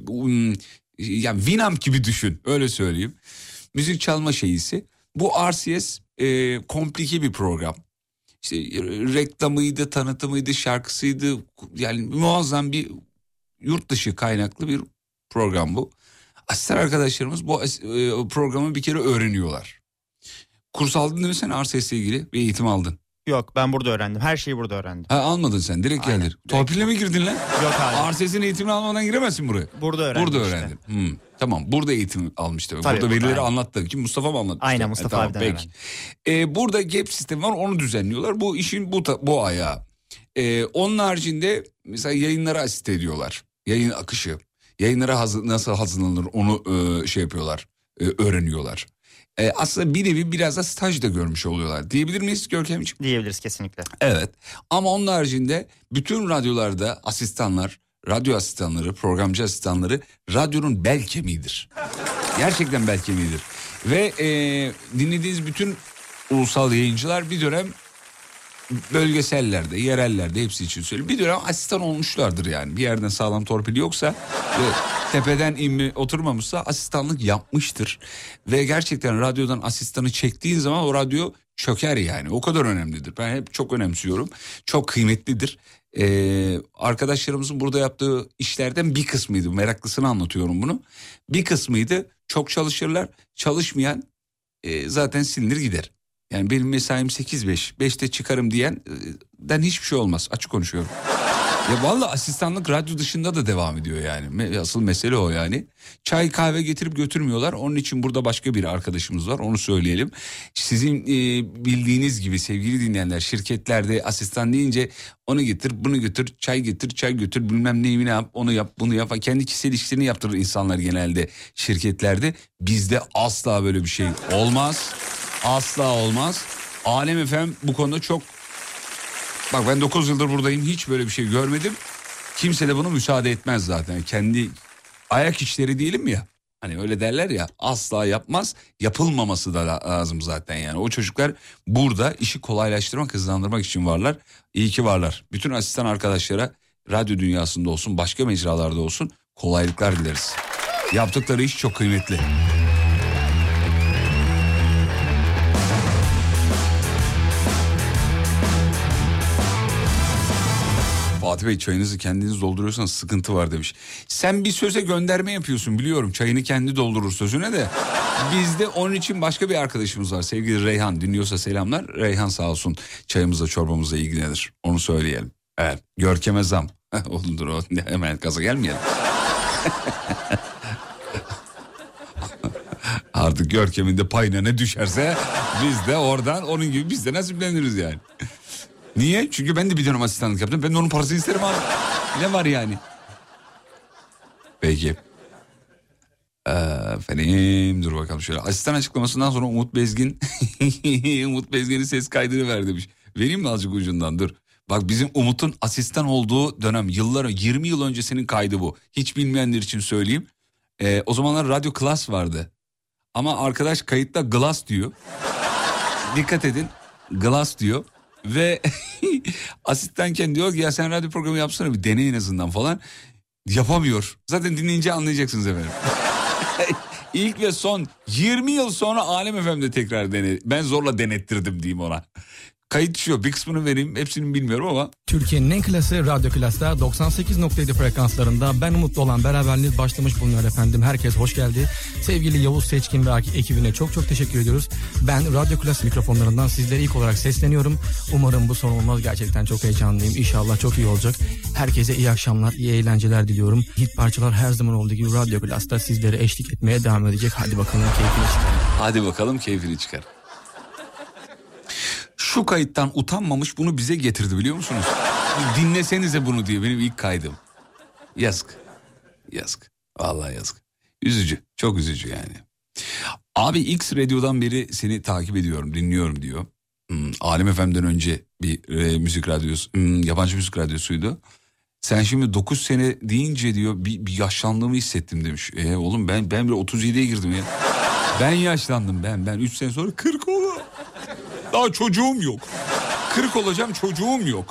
Speaker 3: Yani Winamp gibi düşün. Öyle söyleyeyim. Müzik çalma şeyisi. Bu R C S e, komplike bir program. İşte reklamıydı, tanıtımıydı, şarkısıydı. Yani muazzam bir yurt dışı kaynaklı bir program bu. Asistan arkadaşlarımız bu e, programı bir kere öğreniyorlar. Kurs aldın değil mi sen R C S ile ilgili? Bir eğitim aldın.
Speaker 4: Yok, ben burada öğrendim. Her şeyi burada öğrendim.
Speaker 3: Ha, almadın sen, direkt geldin. Torpille mi girdin lan?
Speaker 4: Yok abi.
Speaker 3: R C S'in eğitimini almadan giremezsin buraya.
Speaker 4: Burada öğrendim.
Speaker 3: Burada
Speaker 4: işte.
Speaker 3: öğrendin. Hmm. Tamam, burada eğitim almış demek.
Speaker 4: Tabii,
Speaker 3: burada
Speaker 4: burada
Speaker 3: verileri
Speaker 4: aynen.
Speaker 3: anlattı. Kim? Mustafa mı anlattı?
Speaker 4: Aynen,
Speaker 3: işte?
Speaker 4: Mustafa
Speaker 3: e,
Speaker 4: abiden
Speaker 3: tamam, peki. Ee, burada gap sistemi var, onu düzenliyorlar. Bu işin bu, bu ayağı. Ee, onun haricinde mesela yayınlara asist ediyorlar. Yayın akışı. Yayınlara hazır, nasıl hazırlanır onu e, şey yapıyorlar. E, öğreniyorlar. E, aslında bir nevi biraz da staj da görmüş oluyorlar. Diyebilir miyiz Görkemciğim?
Speaker 4: Diyebiliriz kesinlikle.
Speaker 3: Evet, ama onun haricinde bütün radyolarda asistanlar, radyo asistanları, programcı asistanları radyonun bel kemiğidir. Gerçekten bel kemiğidir. Ve e, dinlediğiniz bütün ulusal yayıncılar bir dönem bölgesellerde, yerellerde, hepsi için söyleyeyim, bir dönem asistan olmuşlardır yani. Bir yerden sağlam torpil yoksa ve tepeden inme oturmamışsa asistanlık yapmıştır. Ve gerçekten radyodan asistanı çektiğin zaman o radyo çöker yani. O kadar önemlidir. Ben hep çok önemsiyorum. Çok kıymetlidir. Ee, arkadaşlarımızın burada yaptığı işlerden bir kısmıydı. Meraklısını anlatıyorum bunu. Bir kısmıydı. Çok çalışırlar. Çalışmayan e, zaten silinir gider. Yani benim mesaim sekiz beş. beşte çıkarım diyenden hiçbir şey olmaz. Açık konuşuyorum. Ya vallahi asistanlık radyo dışında da devam ediyor yani. Asıl mesele o yani. Çay kahve getirip götürmüyorlar. Onun için burada başka bir arkadaşımız var. Onu söyleyelim. Sizin e, bildiğiniz gibi sevgili dinleyenler, şirketlerde asistan deyince onu getir, bunu götür, çay getir, çay götür, bilmem neyini yap, onu yap, bunu yap. Kendi kişisel işlerini yaptırır insanlar genelde şirketlerde. Bizde asla böyle bir şey olmaz. Asla olmaz. Alem F M bu konuda çok... Bak ben dokuz yıldır buradayım, hiç böyle bir şey görmedim. Kimse de bunu müsaade etmez zaten. Kendi ayak işleri diyelim ya. Hani öyle derler ya, asla yapmaz. Yapılmaması da lazım zaten yani. O çocuklar burada işi kolaylaştırmak, hızlandırmak için varlar. İyi ki varlar. Bütün asistan arkadaşlara radyo dünyasında olsun, başka mecralarda olsun kolaylıklar dileriz. Yaptıkları iş çok kıymetli. Fatih Bey, çayınızı kendiniz dolduruyorsanız sıkıntı var demiş. Sen bir söze gönderme yapıyorsun biliyorum. Çayını kendi doldurur sözüne de. Bizde onun için başka bir arkadaşımız var. Sevgili Reyhan, dinliyorsa selamlar. Reyhan sağ olsun çayımızla çorbamızla ilgilenir. Onu söyleyelim. Evet, Görkem'e zam. Oldur o, hemen gaza gelmeyelim. Artık Görkem'in de payına ne düşerse biz de oradan onun gibi biz de nasipleniriz yani. Niye? Çünkü ben de bir dönem asistanlık yaptım. Ben de onun parasını isterim abi. Ne var yani? Peki. Ee, efendim dur bakalım şöyle. Asistan açıklamasından sonra Umut Bezgin Umut Bezgin'in ses kaydını ver demiş. Vereyim mi azıcık ucundan, dur. Bak bizim Umut'un asistan olduğu dönem, yıllar yirmi yıl öncesinin kaydı bu. Hiç bilmeyenler için söyleyeyim. Ee, o zamanlar Radyo Class vardı. Ama arkadaş kayıtta Glass diyor. Dikkat edin, Glass diyor. Ve asistanken diyor ki ya sen radyo programı yapsana, bir deney en azından falan. Yapamıyor. Zaten dinleyince anlayacaksınız efendim. İlk ve son yirmi yıl sonra Alem F M'de tekrar deney. Ben zorla denettirdim diyeyim ona. Kayıt düşüyor, bir kısmını vereyim, hepsini bilmiyorum ama.
Speaker 6: Türkiye'nin en klası Radyo Klas'ta doksan sekiz nokta yedi frekanslarında Ben Umut'la olan beraberliğiniz başlamış bulunuyor efendim. Herkes hoş geldi. Sevgili Yavuz Seçkin ve ekibine çok çok teşekkür ediyoruz. Ben Radyo Klas mikrofonlarından sizlere ilk olarak sesleniyorum. Umarım bu son olmaz, gerçekten çok heyecanlıyım. İnşallah çok iyi olacak. Herkese iyi akşamlar, iyi eğlenceler diliyorum. Hit parçalar her zaman olduğu gibi Radyo Klas'ta sizlere eşlik etmeye devam edecek. Hadi bakalım keyfini çıkar.
Speaker 3: Hadi bakalım keyfini çıkar. Şu kayıttan utanmamış, bunu bize getirdi biliyor musunuz? Dinlesenize bunu diye, benim ilk kaydım. Yazık. Yazık. Vallahi yazık. Üzücü. Çok üzücü yani. Abi X Radyo'dan beri seni takip ediyorum, dinliyorum diyor. Hmm, Alem F M'den önce bir e, müzik radyosu, hmm, yabancı müzik radyosuydu. Sen şimdi dokuz sene deyince diyor bir, bir yaşlandığımı hissettim demiş. E oğlum ben ben bir otuz yediye girdim ya. Ben yaşlandım ben. Ben üç sene sonra kırk olacağım. Daha çocuğum yok. kırk olacağım, çocuğum yok.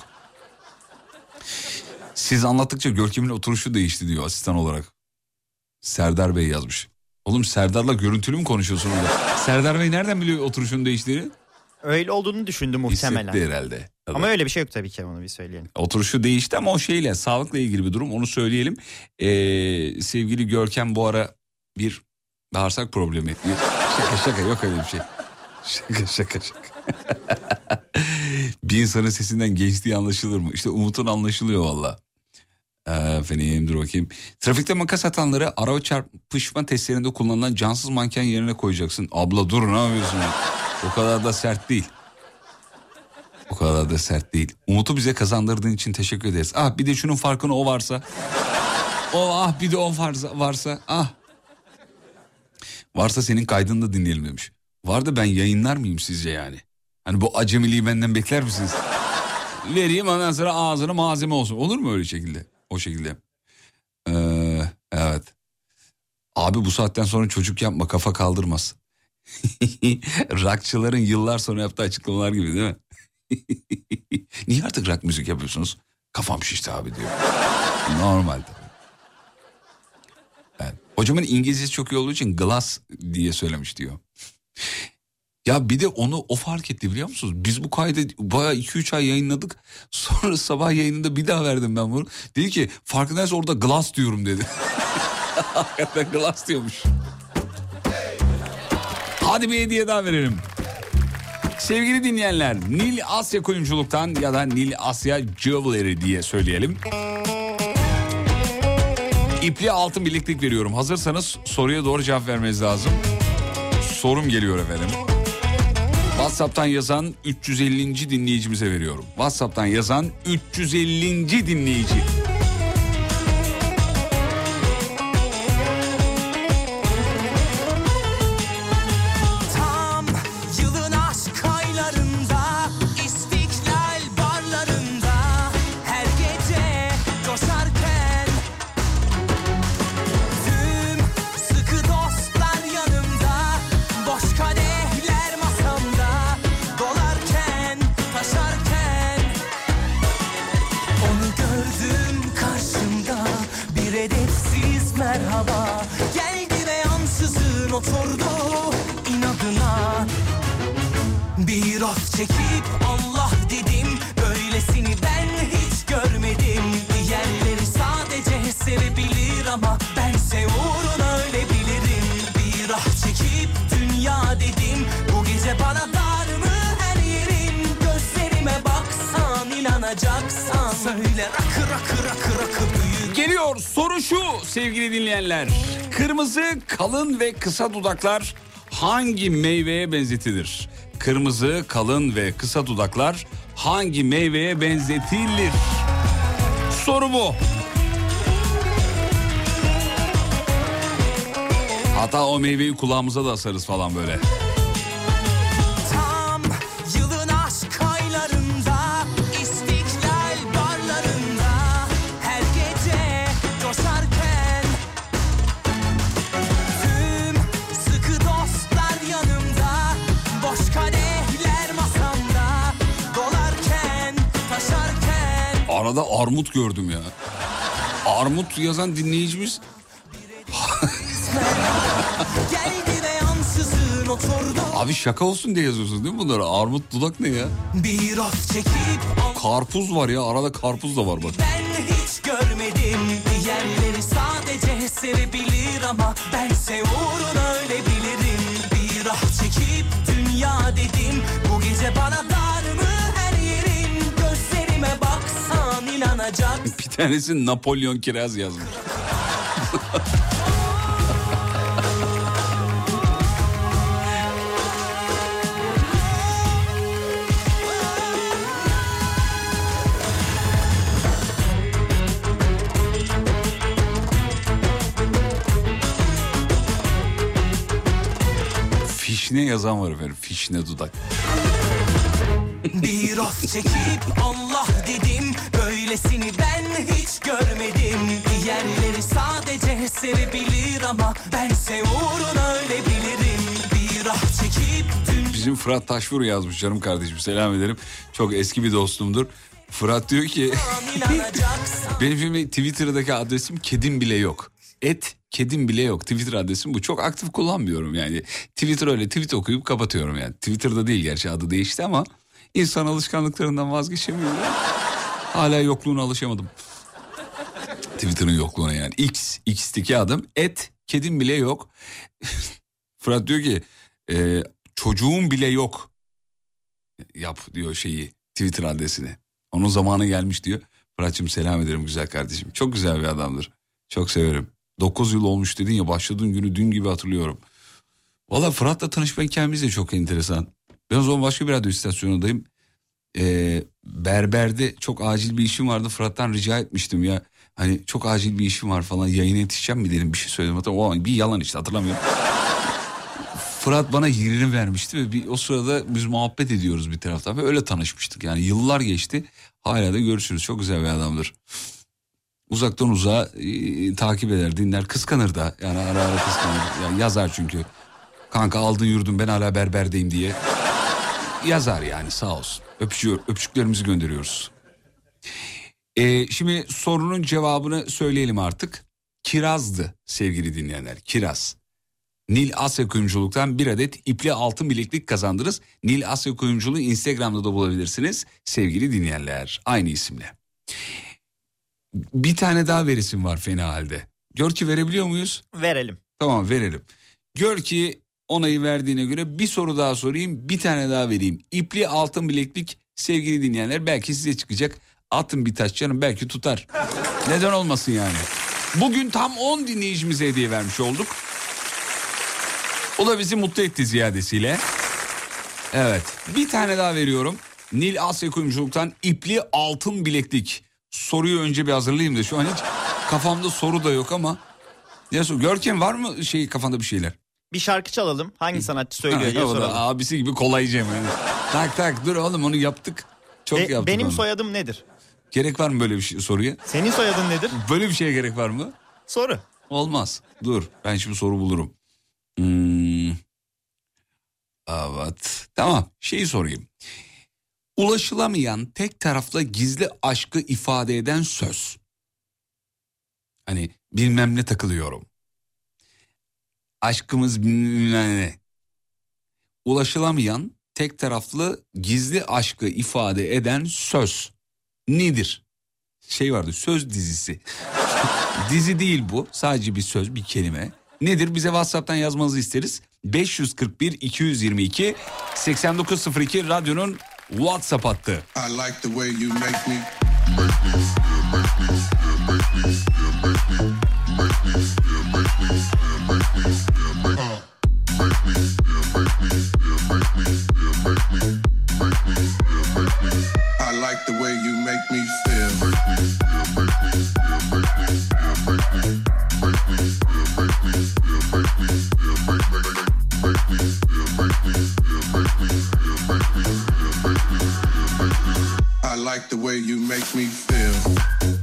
Speaker 3: Siz anlattıkça Görkem'in oturuşu değişti diyor asistan olarak. Serdar Bey yazmış. Oğlum Serdar'la görüntülü mü konuşuyorsun orada? Serdar Bey nereden biliyor oturuşun değiştiğini?
Speaker 4: Öyle olduğunu düşündü muhtemelen.
Speaker 3: Hissetti herhalde. Tabii.
Speaker 4: Ama öyle bir şey yok tabii ki, onu bir söyleyelim.
Speaker 3: Oturuşu değişti ama o şeyle, sağlıkla ilgili bir durum, onu söyleyelim. Ee, sevgili Görkem bu ara bir bağırsak problemi. Şaka şaka, yok öyle bir şey. Şaka şaka şaka. Bir insanın sesinden geçtiği anlaşılır mı? İşte Umut'un anlaşılıyor valla. Efendim dur bakayım. Trafikte makas atanları araba çarpışma testlerinde kullanılan cansız manken yerine koyacaksın. Abla dur, ne yapıyorsun? O kadar da sert değil. O kadar da sert değil. Umut'u bize kazandırdığın için teşekkür ederiz. Ah bir de şunun farkını o varsa. O ah bir de o varsa, varsa ah. Varsa senin kaydını da dinleyelim demiş. Var da ben yayınlar mıyım sizce yani? Hani bu acemiliği benden bekler misiniz? Vereyim ondan sonra ağzına malzeme olsun. Olur mu öyle şekilde? O şekilde. Ee, evet. Abi bu saatten sonra çocuk yapma, kafa kaldırmaz. Rockçıların yıllar sonra yaptığı açıklamalar gibi değil mi? Niye artık rock müzik yapıyorsunuz? Kafam şişti abi diyor. Normal tabii. Evet. Hocamın İngilizcesi çok iyi olduğu için glass diye söylemiş diyor. Ya bir de onu o fark etti biliyor musunuz? Biz bu kaydı bayağı iki üç ay yayınladık. Sonra sabah yayınında bir daha verdim ben bunu. Dedi ki farkındaysa orada glass diyorum dedi. Hakikaten glass diyormuş. Hadi bir hediye daha verelim. Sevgili dinleyenler, Nil Asya Kuyumculuk'tan ya da Nil Asya Jewelry diye söyleyelim. İpli altın bileklik veriyorum. Hazırsanız soruya doğru cevap vermeniz lazım. Sorum geliyor efendim. WhatsApp'tan yazan üç yüz ellinci dinleyicimize veriyorum. WhatsApp'tan yazan üç yüz ellinci dinleyici.
Speaker 2: Tam yılın aşk aylarında, İstiklal barlarında, her gece coşarken tüm sıkı dostlar yanımda, boş kadehler masamda, dolarken, taşarken onu gördüm karşımda, bir edepsiz merhaba geldi ve ansızın oturdu inadına. Bir af çekip Allah dedim, böylesini ben hiç görmedim. Diğerleri sadece sevebilir ama bense uğruna ölebilirim. Bir af çekip dünya dedim, bu gece bana dar mı her yerin? Gözlerime baksan inanacaksan, söyle rakı rakı rakı rakı büyük.
Speaker 3: Geliyor soru şu sevgili dinleyenler. Kırmızı, kalın ve kısa dudaklar hangi meyveye benzetilir? Kırmızı, kalın ve kısa dudaklar hangi meyveye benzetilir? Soru bu. Hatta o meyveyi kulağımıza da asarız falan böyle.
Speaker 2: Tam yılın aşk aylarında, İstiklal barlarında, her gece coşarken tüm sıkı dostlar yanımda, boş kadehler masamda, dolarken, taşarken.
Speaker 3: Arada armut gördüm ya. Armut yazan dinleyicimiz...
Speaker 2: Geldi ve ansızın oturdu.
Speaker 3: Abi şaka olsun diye yazıyorsun değil mi bunları? Armut dudak ne ya?
Speaker 2: Bir af çekip
Speaker 3: Karpuz var ya, arada karpuz da var bak.
Speaker 2: ben hiç görmedim. Diğerleri sadece sevebilir ama bense uğruna ölebilirim. Bir ah çekip dünya dedim, bu gece bana dar mı her yerin? Gözlerime baksan inanacaksın.
Speaker 3: Bir tanesi Napolyon Kiraz yazmış. fişne yazan var efendim. Fişne dudak.
Speaker 2: Bir of çekip Allah dedim, böylesini ben hiç görmedim. Diğerleri sadece sevebilir ama bense uğruna ölebilirim. Bir of çekip dün...
Speaker 3: Bizim Fırat Taşvur yazmış canım kardeşim, selam ederim. Çok eski bir dostumdur. Fırat diyor ki benim şimdi Twitter'daki adresim kedim bile yok. Et kedim bile yok. Twitter adresim bu. Çok aktif kullanmıyorum yani. Twitter öyle tweet okuyup kapatıyorum yani. Twitter'da değil gerçi, adı değişti ama insan alışkanlıklarından vazgeçemiyor. Hala yokluğuna alışamadım. Twitter'ın yokluğuna yani. X, X'teki adım et kedim bile yok. Fırat diyor ki e, çocuğum bile yok. Yap diyor şeyi, Twitter adresini. Onun zamanı gelmiş diyor. Fırat'cığım selam ederim güzel kardeşim. Çok güzel bir adamdır. Çok severim. dokuz yıl olmuş dedin ya, başladığın günü dün gibi hatırlıyorum. Valla Fırat'la tanışma hikayemiz de çok enteresan. Ben o zaman başka bir radyo istasyonundayım. Ee, berberde çok acil bir işim vardı. Fırat'tan rica etmiştim ya. Hani çok acil bir işim var falan, yayına yetişeceğim mi dedim, bir şey söyledim. Hatta o an bir yalan işte, hatırlamıyorum. Fırat bana yerini vermişti ve bir, o sırada biz muhabbet ediyoruz bir taraftan ve öyle tanışmıştık. Yani yıllar geçti, hala da görüşürüz. Çok güzel bir adamdır. Uzaktan uzağa e, takip eder, dinler, kıskanır da. Yani ara ara kıskanır. Yani yazar çünkü. Kanka aldın yurdun, ben hala berberdeyim diye. Yazar yani, sağ olsun. Öpüşüyor, öpücüklerimizi gönderiyoruz. E, şimdi sorunun cevabını söyleyelim artık. Kirazdı sevgili dinleyenler, kiraz. Nil Asya Kuyumculuk'tan bir adet ipli altın bileklik kazandınız. Nil Asya Kuyumculuğu Instagram'da da bulabilirsiniz sevgili dinleyenler. Aynı isimle. Bir tane daha verisim var fena halde. Gör ki verebiliyor muyuz?
Speaker 4: Verelim.
Speaker 3: Tamam, verelim. Gör ki onayı verdiğine göre bir soru daha sorayım, bir tane daha vereyim. İpli altın bileklik sevgili dinleyenler, belki size çıkacak. Atın bir taş canım, belki tutar. Neden olmasın yani. Bugün tam on dinleyicimize hediye vermiş olduk. O da bizi mutlu etti ziyadesiyle. Evet, bir tane daha veriyorum. Nil Asya Kuyumculuk'tan ipli altın bileklik. Soruyu önce bir hazırlayayım da, şu an hiç kafamda soru da yok ama. Ya sor, Görkem var mı şey kafanda bir şeyler?
Speaker 4: Bir şarkı çalalım. Hangi sanatçı söylüyor
Speaker 3: Ha,
Speaker 4: diye
Speaker 3: o da
Speaker 4: soralım.
Speaker 3: abisi gibi kolaycayım yani. Tak tak dur oğlum, onu yaptık. Çok
Speaker 4: Be-
Speaker 3: yaptık
Speaker 4: benim
Speaker 3: onu.
Speaker 4: soyadım nedir?
Speaker 3: Gerek var mı böyle bir şey, soruya?
Speaker 4: Senin soyadın nedir?
Speaker 3: Böyle bir şeye gerek var mı?
Speaker 4: Soru.
Speaker 3: Olmaz. Dur, ben şimdi soru bulurum. Hmm. Evet. Tamam, şeyi sorayım. Ulaşılamayan tek taraflı gizli aşkı ifade eden söz. Hani bilmem ne takılıyorum. Aşkımız bilmem ne. Ulaşılamayan tek taraflı gizli aşkı ifade eden söz nedir? Şey vardı, Söz dizisi. Dizi değil bu, sadece bir söz, bir kelime. Nedir? Bize WhatsApp'tan yazmanızı isteriz. beş yüz kırk bir iki yüz yirmi iki seksen dokuz sıfır iki radyonun WhatsApp hattı.
Speaker 7: I like the way you make me. I like the way you make me feel. I like the way you make me feel.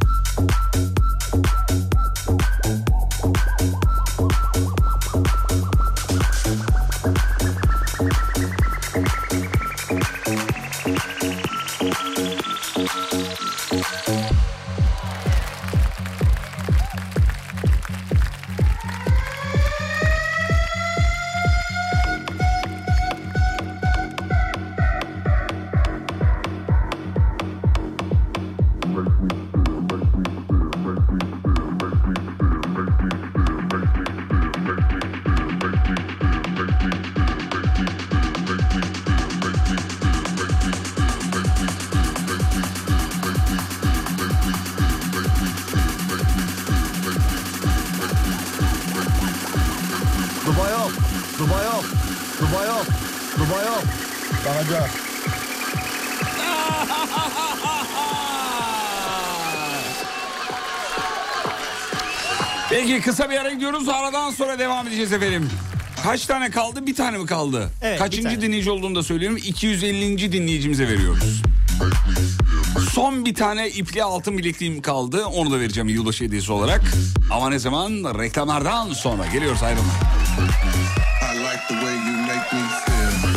Speaker 8: Dubai off, Dubai off, Dubai off, Dubai off. Bakacağız.
Speaker 3: Peki kısa bir ara gidiyoruz. Aradan sonra devam edeceğiz efendim. Kaç tane kaldı? Bir tane mi kaldı?
Speaker 4: Evet,
Speaker 3: Kaçıncı dinleyici olduğunu da söylüyorum. iki yüz ellinci dinleyicimize veriyoruz. Son bir tane ipli altın bilekliğim kaldı. Onu da vereceğim yılbaşı hediyesi olarak. Ama ne zaman? Reklamlardan sonra. Geliyoruz, ayrılma.
Speaker 7: I like the way you make me feel.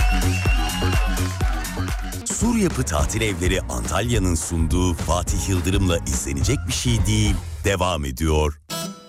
Speaker 1: Sur Yapı Tatil Evleri Antalya'nın sunduğu Fatih Yıldırım'la izlenecek bir şey değil, devam ediyor.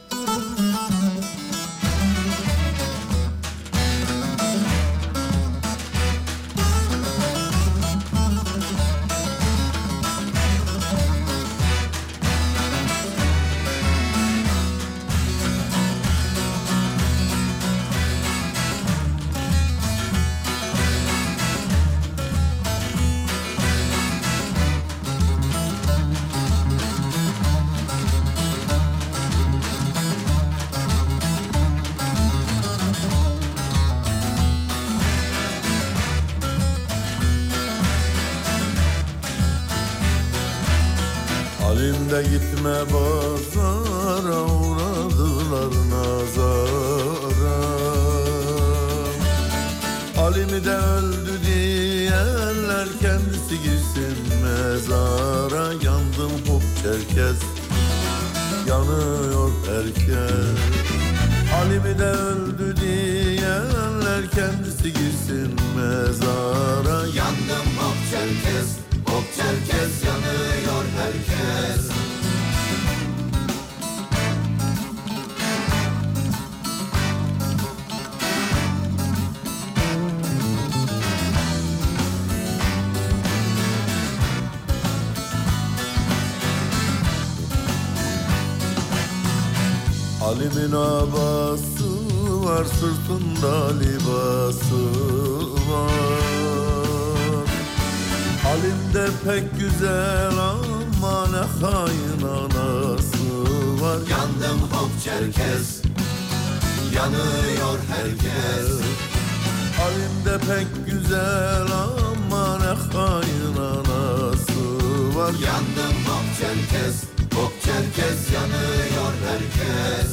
Speaker 9: Halimde gitme pazara, uğradılar nazara. Halimi de öldü diyenler, kendisi girsin mezara. Yandım hop Çerkez, yanıyor herkes. Halimi de öldü diyenler, kendisi girsin mezara. Yandım hop Çerkez, hop Çerkez, yanıyor herkes. Alimin abası var, sırtında libası var. Halimde pek güzel ama ne hain anası var. Yandım hop Çerkez, yanıyor herkes. Halimde pek güzel ama ne hain anası var. Yandım hop Çerkez, hop Çerkez, yanıyor herkes.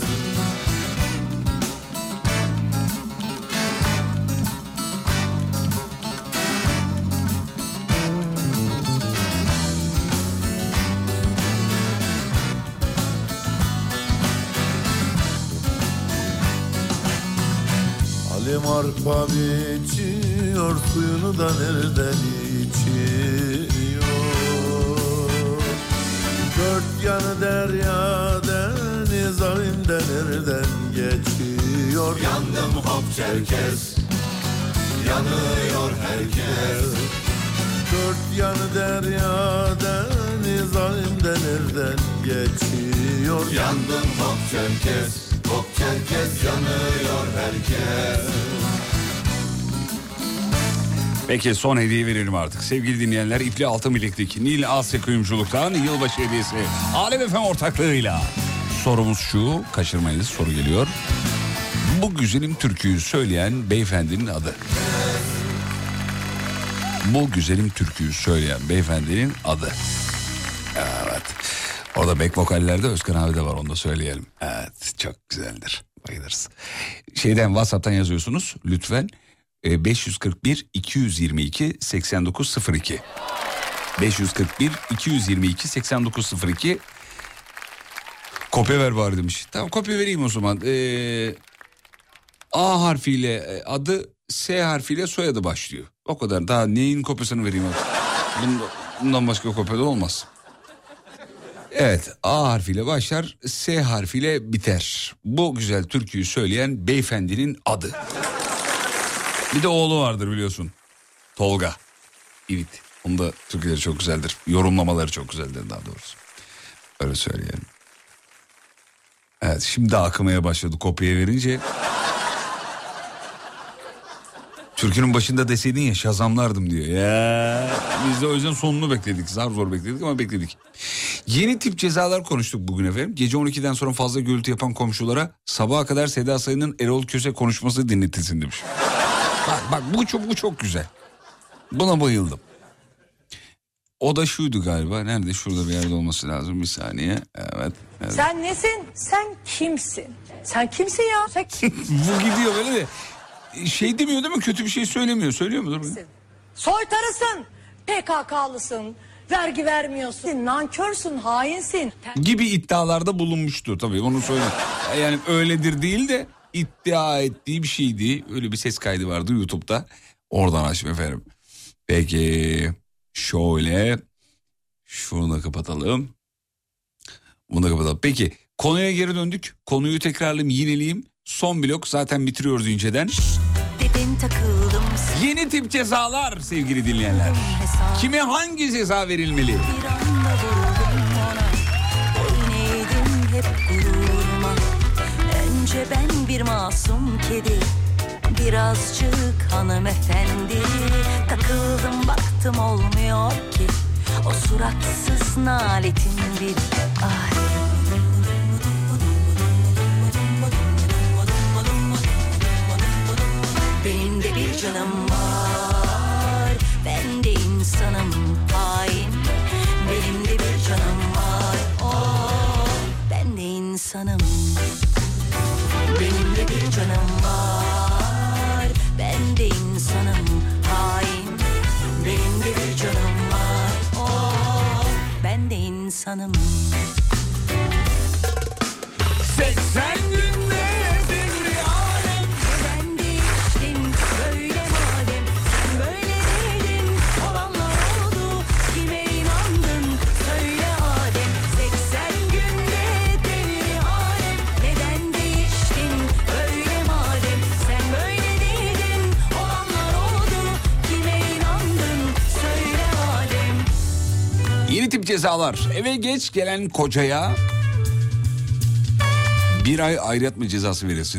Speaker 9: Halim arpa biçiyor, suyunu da nereden içiyor? Dört yanı derya deniz, halimde nereden geçiyor? Yandım hop Çerkez, yanıyor herkes. Dört yanı derya deniz, halimde nereden geçiyor? Yandım hop Çerkez, hop Çerkez, yanıyor herkes.
Speaker 3: Peki son hediye verelim artık. Sevgili dinleyenler, İpli Altın Bileklik Nil Asya Kuyumculuk'tan yılbaşı hediyesi Alem F M ortaklığıyla. Sorumuz şu, kaçırmayınız, soru geliyor. Bu güzelim türküyü söyleyen beyefendinin adı. Bu güzelim türküyü söyleyen beyefendinin adı. Evet. Orada back vokallerde Özkan abi de var, onu da söyleyelim. Evet, çok güzeldir. Bayılırız. Şeyden, WhatsApp'tan yazıyorsunuz lütfen. beş yüz kırk bir iki yüz yirmi iki seksen dokuz sıfır iki beş yüz kırk bir iki yüz yirmi iki seksen dokuz sıfır iki. Kopya ver bari demiş. Tamam, kopya vereyim o zaman. Ee, A harfiyle adı, S harfiyle soyadı başlıyor. O kadar. Daha neyin kopyasını vereyim artık? Bundan, bundan başka kopya da olmaz. Evet, A harfiyle başlar, S harfiyle biter. Bu güzel türküyü söyleyen beyefendinin adı. Bir de oğlu vardır biliyorsun. Tolga. Evet. Onun da türküleri çok güzeldir. Yorumlamaları çok güzeldir daha doğrusu. Öyle söyleyelim. Evet, şimdi akımaya başladı kopya verince. Türkünün başında deseydin ya, şazamlardım diyor. Ya biz de o yüzden sonunu bekledik. Zar zor bekledik ama bekledik. Yeni tip cezalar konuştuk bugün efendim. Gece on ikiden sonra fazla gürültü yapan komşulara sabaha kadar Seda Sayın'ın Erol Köse konuşması dinletilsin demiş. Bak bak bu çok bu çok güzel. Buna bayıldım. O da şuydu galiba. Nerede? Şurada bir yerde olması lazım. Bir saniye. Evet. evet.
Speaker 10: Sen nesin? Sen kimsin? Sen kimsin ya? Sen kim?
Speaker 3: Bu gidiyor böyle de. şey demiyor değil mi? Kötü bir şey söylemiyor. Söylüyor mudur?
Speaker 10: Soytarısın, P K K'lısın, vergi vermiyorsun, nankörsün, hainsin.
Speaker 3: Gibi iddialarda bulunmuştu tabii, onu söyle. Yani öyledir değil de iddia ettiği bir şeydi. Öyle bir ses kaydı vardı YouTube'da. Oradan açtım efendim. Peki şöyle şunu da kapatalım. Bunu da kapatalım. Peki konuya geri döndük. Konuyu tekrarlayayım, yineleyeyim. Son blok, zaten bitiriyoruz inceden. Yeni tip cezalar sevgili dinleyenler. Kime hangi ceza verilmeli?
Speaker 2: Bir anda vuruldum ona, boyun eğdim hep gururuma. Önce ben bir masum kedi, birazcık hanımefendi. Takıldım baktım olmuyor ki, o suratsız naletin bir ay. Benim de bir canım var, ben de insanım hain. Benim de bir canım var, oh, ben de insanım. Benim de bir canım var, ben de insanım hain. Benim de bir canım var, oh, ben de insanım.
Speaker 3: seksen günde devri alem.
Speaker 2: Ben değiştim böyle madem, sen böyle değildin. Olanlar oldu, kime inandın söyle Adem. seksen günde devri alem. Neden değiştin böyle madem, sen böyle değildin. Olanlar oldu, kime inandın söyle Adem.
Speaker 3: Yeni tip cezalar. Eve geç gelen kocaya bir ay ayrıt mı cezası verilsin?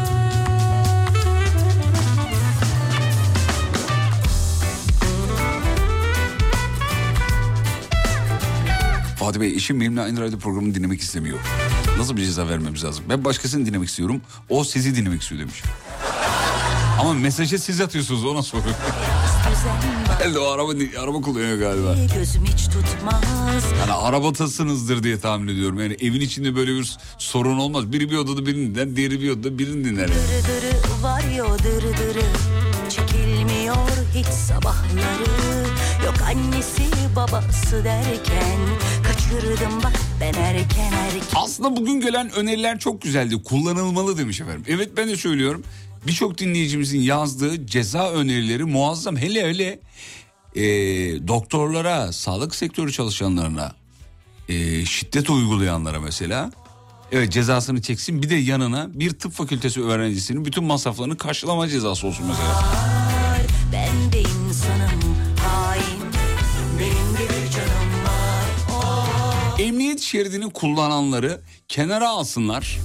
Speaker 3: Fatih Bey, eşim benimle aynı radyo programını dinlemek istemiyor. Nasıl bir ceza vermemiz lazım? Ben başkasını dinlemek istiyorum, o sizi dinlemek istiyor demiş. Ama mesajı siz atıyorsunuz, ona soruyorum. Herhalde o araba, araba kullanıyor galiba.
Speaker 2: Gözüm hiç tutmaz.
Speaker 3: Yani arabatasınızdır diye tahmin ediyorum. Yani evin içinde böyle bir sorun olmaz. Biri bir odada birini dinler, diğeri bir odada birini dinler.
Speaker 2: Dırı dırı var ya o dırı dırı, çekilmiyor hiç sabahları. Yok annesi babası derken, kaçırdım bak ben erken erken.
Speaker 3: Aslında bugün gelen öneriler çok güzeldi. Kullanılmalı demiş efendim. Evet, ben de söylüyorum. Birçok dinleyicimizin yazdığı ceza önerileri muazzam. Hele hele e, doktorlara, sağlık sektörü çalışanlarına, e, şiddet uygulayanlara mesela. Evet, cezasını çeksin, bir de yanına bir tıp fakültesi öğrencisinin bütün masraflarını karşılama cezası olsun mesela.
Speaker 2: Ben de insanım hain, benim de bir canım var, oh.
Speaker 3: Emniyet şeridini kullananları kenara alsınlar.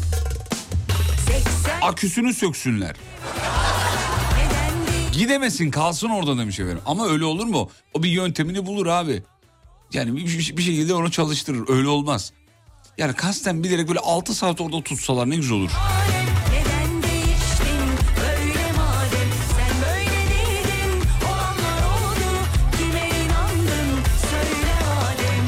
Speaker 3: Aküsünü söksünler. Gidemesin, kalsın orada demiş efendim. Ama öyle olur mu? O bir yöntemini bulur abi. Yani bir, bir şekilde onu çalıştırır. Öyle olmaz. Yani kasten bilerek böyle altı saat orada tutsalar ne güzel olur.
Speaker 2: Neden değiştin böyle madem, sen böyle değildin. Olanlar oldu, kime inandın söyle Adem.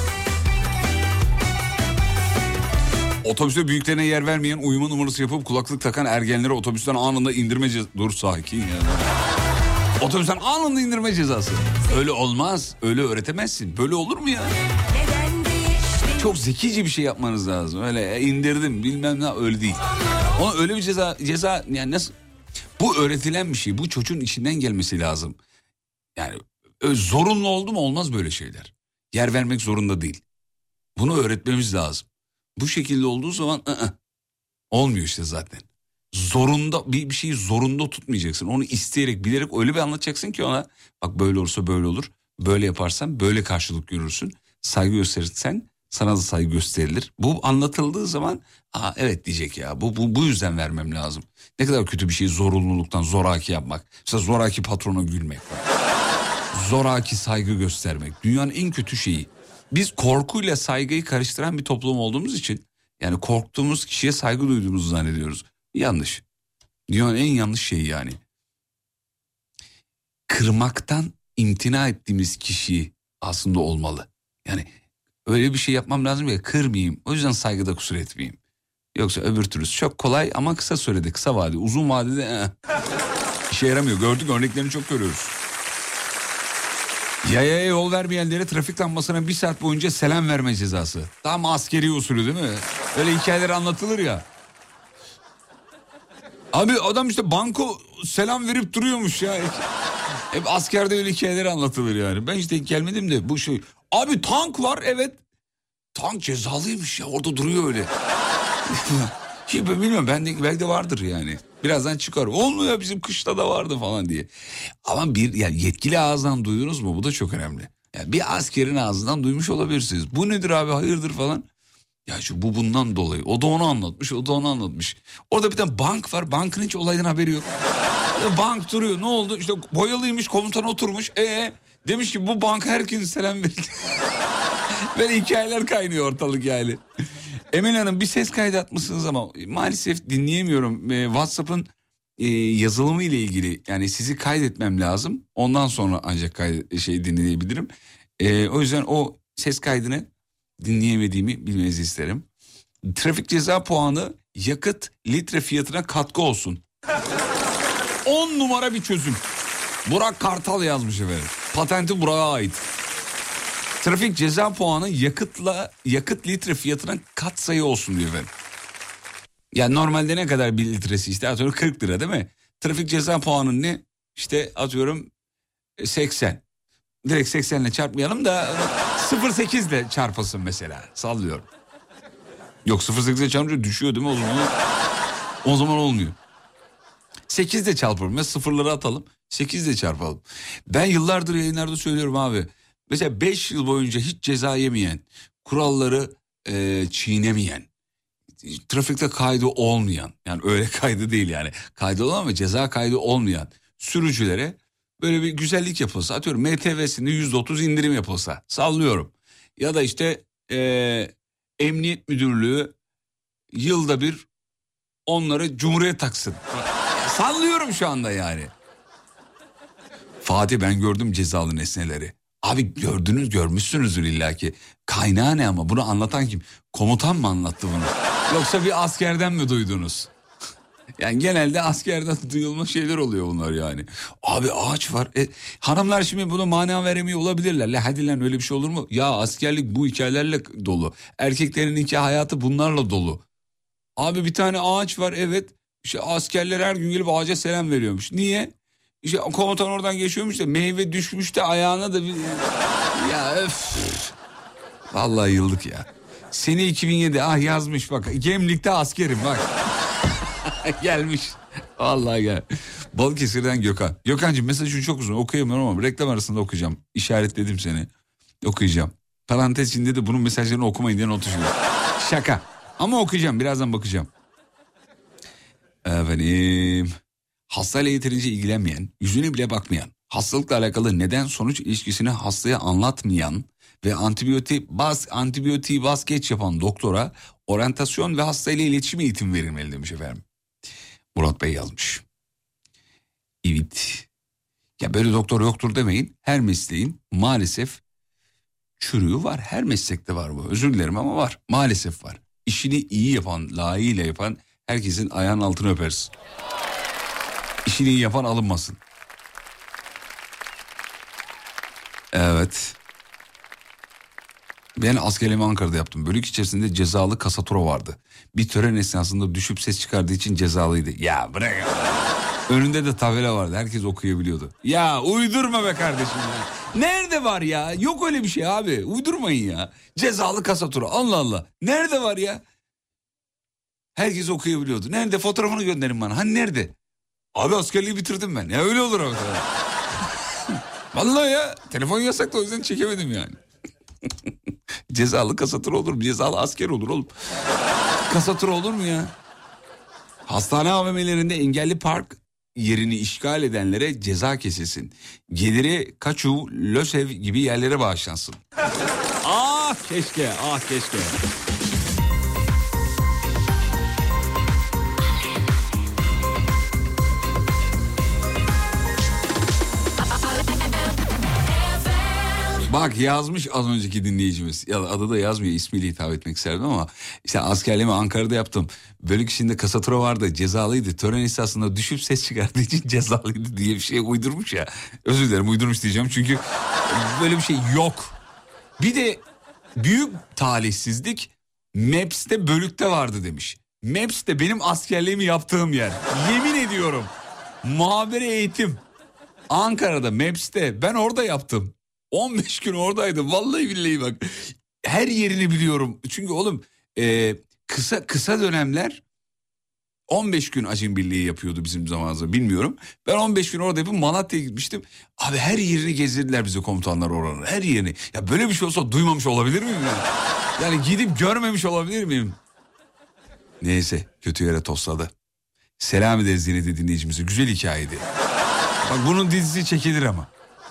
Speaker 3: Otobüste büyüklerine yer vermeyen, uyuma numarası yapıp kulaklık takan ergenlere otobüsten anında indirme cezası. Dur sakin ya. Otobüsten anında indirme cezası. Öyle olmaz. Öyle öğretemezsin. Böyle olur mu ya? Çok zekice bir şey yapmanız lazım. Öyle indirdim bilmem ne, öyle değil. Ona öyle bir ceza, ceza yani nasıl? Bu öğretilen bir şey. Bu çocuğun içinden gelmesi lazım. Yani zorunlu oldu mu olmaz böyle şeyler. Yer vermek zorunda değil. Bunu öğretmemiz lazım. Bu şekilde olduğu zaman ı-ı. Olmuyor işte zaten. Zorunda bir, bir şeyi zorunda tutmayacaksın. Onu isteyerek, bilerek öyle bir anlatacaksın ki ona, bak böyle olursa böyle olur. Böyle yaparsan böyle karşılık görürsün. Saygı gösterirsen sana da saygı gösterilir. Bu anlatıldığı zaman aa evet diyecek ya. Bu, bu, bu yüzden vermem lazım. Ne kadar kötü bir şey zorunluluktan zoraki yapmak. Mesela zoraki patrona gülmek. Zoraki saygı göstermek. Dünyanın en kötü şeyi. Biz korkuyla saygıyı karıştıran bir toplum olduğumuz için, yani korktuğumuz kişiye saygı duyduğumuzu zannediyoruz. Yanlış. Dünyanın en yanlış şeyi yani. Kırmaktan imtina ettiğimiz kişi aslında olmalı. Yani öyle bir şey yapmam lazım ya, kırmayayım. O yüzden saygıda kusur etmeyeyim. Yoksa öbür türlüsü çok kolay ama kısa sürede, kısa vade, uzun vadede. Eh. İşe yaramıyor. Gördük, örneklerini çok görüyoruz. Yayaya yol vermeyenlere trafik lambasına bir saat boyunca selam verme cezası. Tam askeri usulü değil mi? Öyle hikayeler anlatılır ya. Abi adam işte banko selam verip duruyormuş ya. Hep askerde öyle hikayeler anlatılır yani. Ben hiç denk gelmedim de bu şey. Abi tank var, evet. Tank cezalıymış ya, orada duruyor öyle. Hiç bilmiyorum, ben de, belki de vardır yani. Birazdan çıkar. Olmuyor, bizim kışta da vardı falan diye. Ama bir yani yetkili ağızdan duydunuz mu? Bu da çok önemli. Yani bir askerin ağzından duymuş olabilirsiniz. Bu nedir abi, hayırdır falan. Ya şu bu bundan dolayı. O da onu anlatmış, o da onu anlatmış. Orada bir tane bank var. Bankın hiç olaydan haberi yok. Bank duruyor. Ne oldu? İşte boyalıymış, komutan oturmuş. Ee demiş ki bu banka herkese selam verin. Böyle hikayeler kaynıyor ortalık yani. Emel Hanım, bir ses kaydı atmışsınız ama maalesef dinleyemiyorum. Ee, WhatsApp'ın e, yazılımı ile ilgili, yani sizi kaydetmem lazım. Ondan sonra ancak kaydı, şey dinleyebilirim. Ee, o yüzden o ses kaydını dinleyemediğimi bilmenizi isterim. Trafik ceza puanı yakıt litre fiyatına katkı olsun. on numara bir çözüm. Burak Kartal yazmış efendim. Patenti Burak'a ait. Trafik ceza puanı yakıtla yakıt litre fiyatına katsayı olsun diyor efendim. Yani normalde ne kadar bir litresi, işte atıyorum kırk lira değil mi? Trafik ceza puanı ne? İşte atıyorum seksen. Direkt seksen ile çarpmayalım da sıfır virgül sekiz ile çarpılsın mesela. Sallıyorum. Yok, sıfır virgül sekiz ile çarpınca düşüyor değil mi o zaman? O zaman olmuyor. sekiz ile çarpalım ya, sıfırları atalım. sekiz ile çarpalım. Ben yıllardır yayınlarda söylüyorum abi. Mesela beş yıl boyunca hiç ceza yemeyen, kuralları e, çiğnemeyen, trafikte kaydı olmayan, yani öyle kaydı değil yani, kaydı olan ama ceza kaydı olmayan sürücülere böyle bir güzellik yapılsa, atıyorum M T V'sinde yüzde otuz indirim yapılsa, sallıyorum. Ya da işte e, Emniyet Müdürlüğü yılda bir onları Cumhuriyet taksın. Sallıyorum şu anda yani. Fatih, ben gördüm cezalı nesneleri. Abi gördünüz, görmüşsünüzdür illaki. Kaynağı ne ama, bunu anlatan kim? Komutan mı anlattı bunu? Yoksa bir askerden mi duydunuz? Yani genelde askerden duyulma şeyler oluyor bunlar yani. Abi ağaç var. E, hanımlar şimdi buna mana veremiyor olabilirler. La hadi lan, öyle bir şey olur mu? Ya askerlik bu hikayelerle dolu. Erkeklerin iki hayatı bunlarla dolu. Abi bir tane ağaç var, evet. İşte askerler her gün gelip ağaca selam veriyormuş. Niye? İşte komutan oradan geçiyormuş da meyve düşmüş de ayağına da bir... Ya öf. Vallahi yıldık ya. Sene iki bin yedi, ah yazmış bak. Gemlik'te askerim bak. Gelmiş. Vallahi gel. Balıkesir'den Gökhan. Gökhan'cığım mesajın çok uzun, okuyamıyorum ama reklam arasında okuyacağım. İşaretledim seni. Okuyacağım. Parantez içinde de bunun mesajlarını okumayın diye not düşüyorum. Şaka. Ama okuyacağım, birazdan bakacağım. Efendim... Hastayla yeterince ilgilenmeyen, yüzüne bile bakmayan, hastalıkla alakalı neden sonuç ilişkisini hastaya anlatmayan ve antibiyotik bas antibiyotiği bas geç yapan doktora oryantasyon ve hastayla iletişim eğitim verilmeli demiş efendim. Murat Bey yazmış. Evet. Ya böyle doktor yoktur demeyin. Her mesleğin maalesef çürüğü var. Her meslekte var bu. Özür dilerim ama var. Maalesef var. İşini iyi yapan, layığıyla yapan herkesin ayağının altını öperiz. İşini iyi yapan alınmasın. Evet. Ben askerliğimi Ankara'da yaptım. Bölük içerisinde cezalı kasatura vardı. Bir tören esnasında düşüp ses çıkardığı için cezalıydı. Ya bırak. Önünde de tabela vardı. Herkes okuyabiliyordu. Ya uydurma be kardeşim ya. Nerede var ya? Yok öyle bir şey abi. Uydurmayın ya. Cezalı kasatura. Allah Allah. Nerede var ya? Herkes okuyabiliyordu. Nerede? Fotoğrafını gönderin bana. Hani nerede? Abi askerliği bitirdim ben. Ya öyle olur abi. Vallahi ya. Telefon yasaktı, o yüzden çekemedim yani. Cezalı kasatura olur mu? Cezalı asker olur oğlum. Kasatura olur mu ya? Hastane A V M'lerinde engelli park yerini işgal edenlere ceza kesilsin. Geliri Kaçu, Lösev gibi yerlere bağışlansın. Ah keşke, ah keşke. Bak yazmış az önceki dinleyicimiz. Ya adı da yazmıyor, ismiyle hitap etmek isterdim ama işte askerliğimi Ankara'da yaptım. Bölük içinde kasatura vardı, cezalıydı. Tören esnasında düşüp ses çıkardığı için cezalıydı diye bir şey uydurmuş ya. Özür dilerim, uydurmuş diyeceğim çünkü böyle bir şey yok. Bir de büyük talihsizlik Maps'te bölükte vardı demiş. Maps'te benim askerliğimi yaptığım yer. Yemin ediyorum. Muhabere eğitim. Ankara'da Maps'te ben orada yaptım. on beş gün oradaydım. Vallahi billahi bak. Her yerini biliyorum. Çünkü oğlum e, kısa kısa dönemler on beş gün Acem Birliği yapıyordu bizim zamanımızda, bilmiyorum. Ben on beş gün orada yapıp Malatya'ya gitmiştim. Abi her yerini gezdirdiler bize komutanlar oranın. Her yerini. Ya böyle bir şey olsa duymamış olabilir miyim yani? Yani gidip görmemiş olabilir miyim? Neyse, kötü yere tosladı. Selam ederiz yine de dinleyicimize. Güzel hikayeydi. Bak bunun dizisi çekilir ama.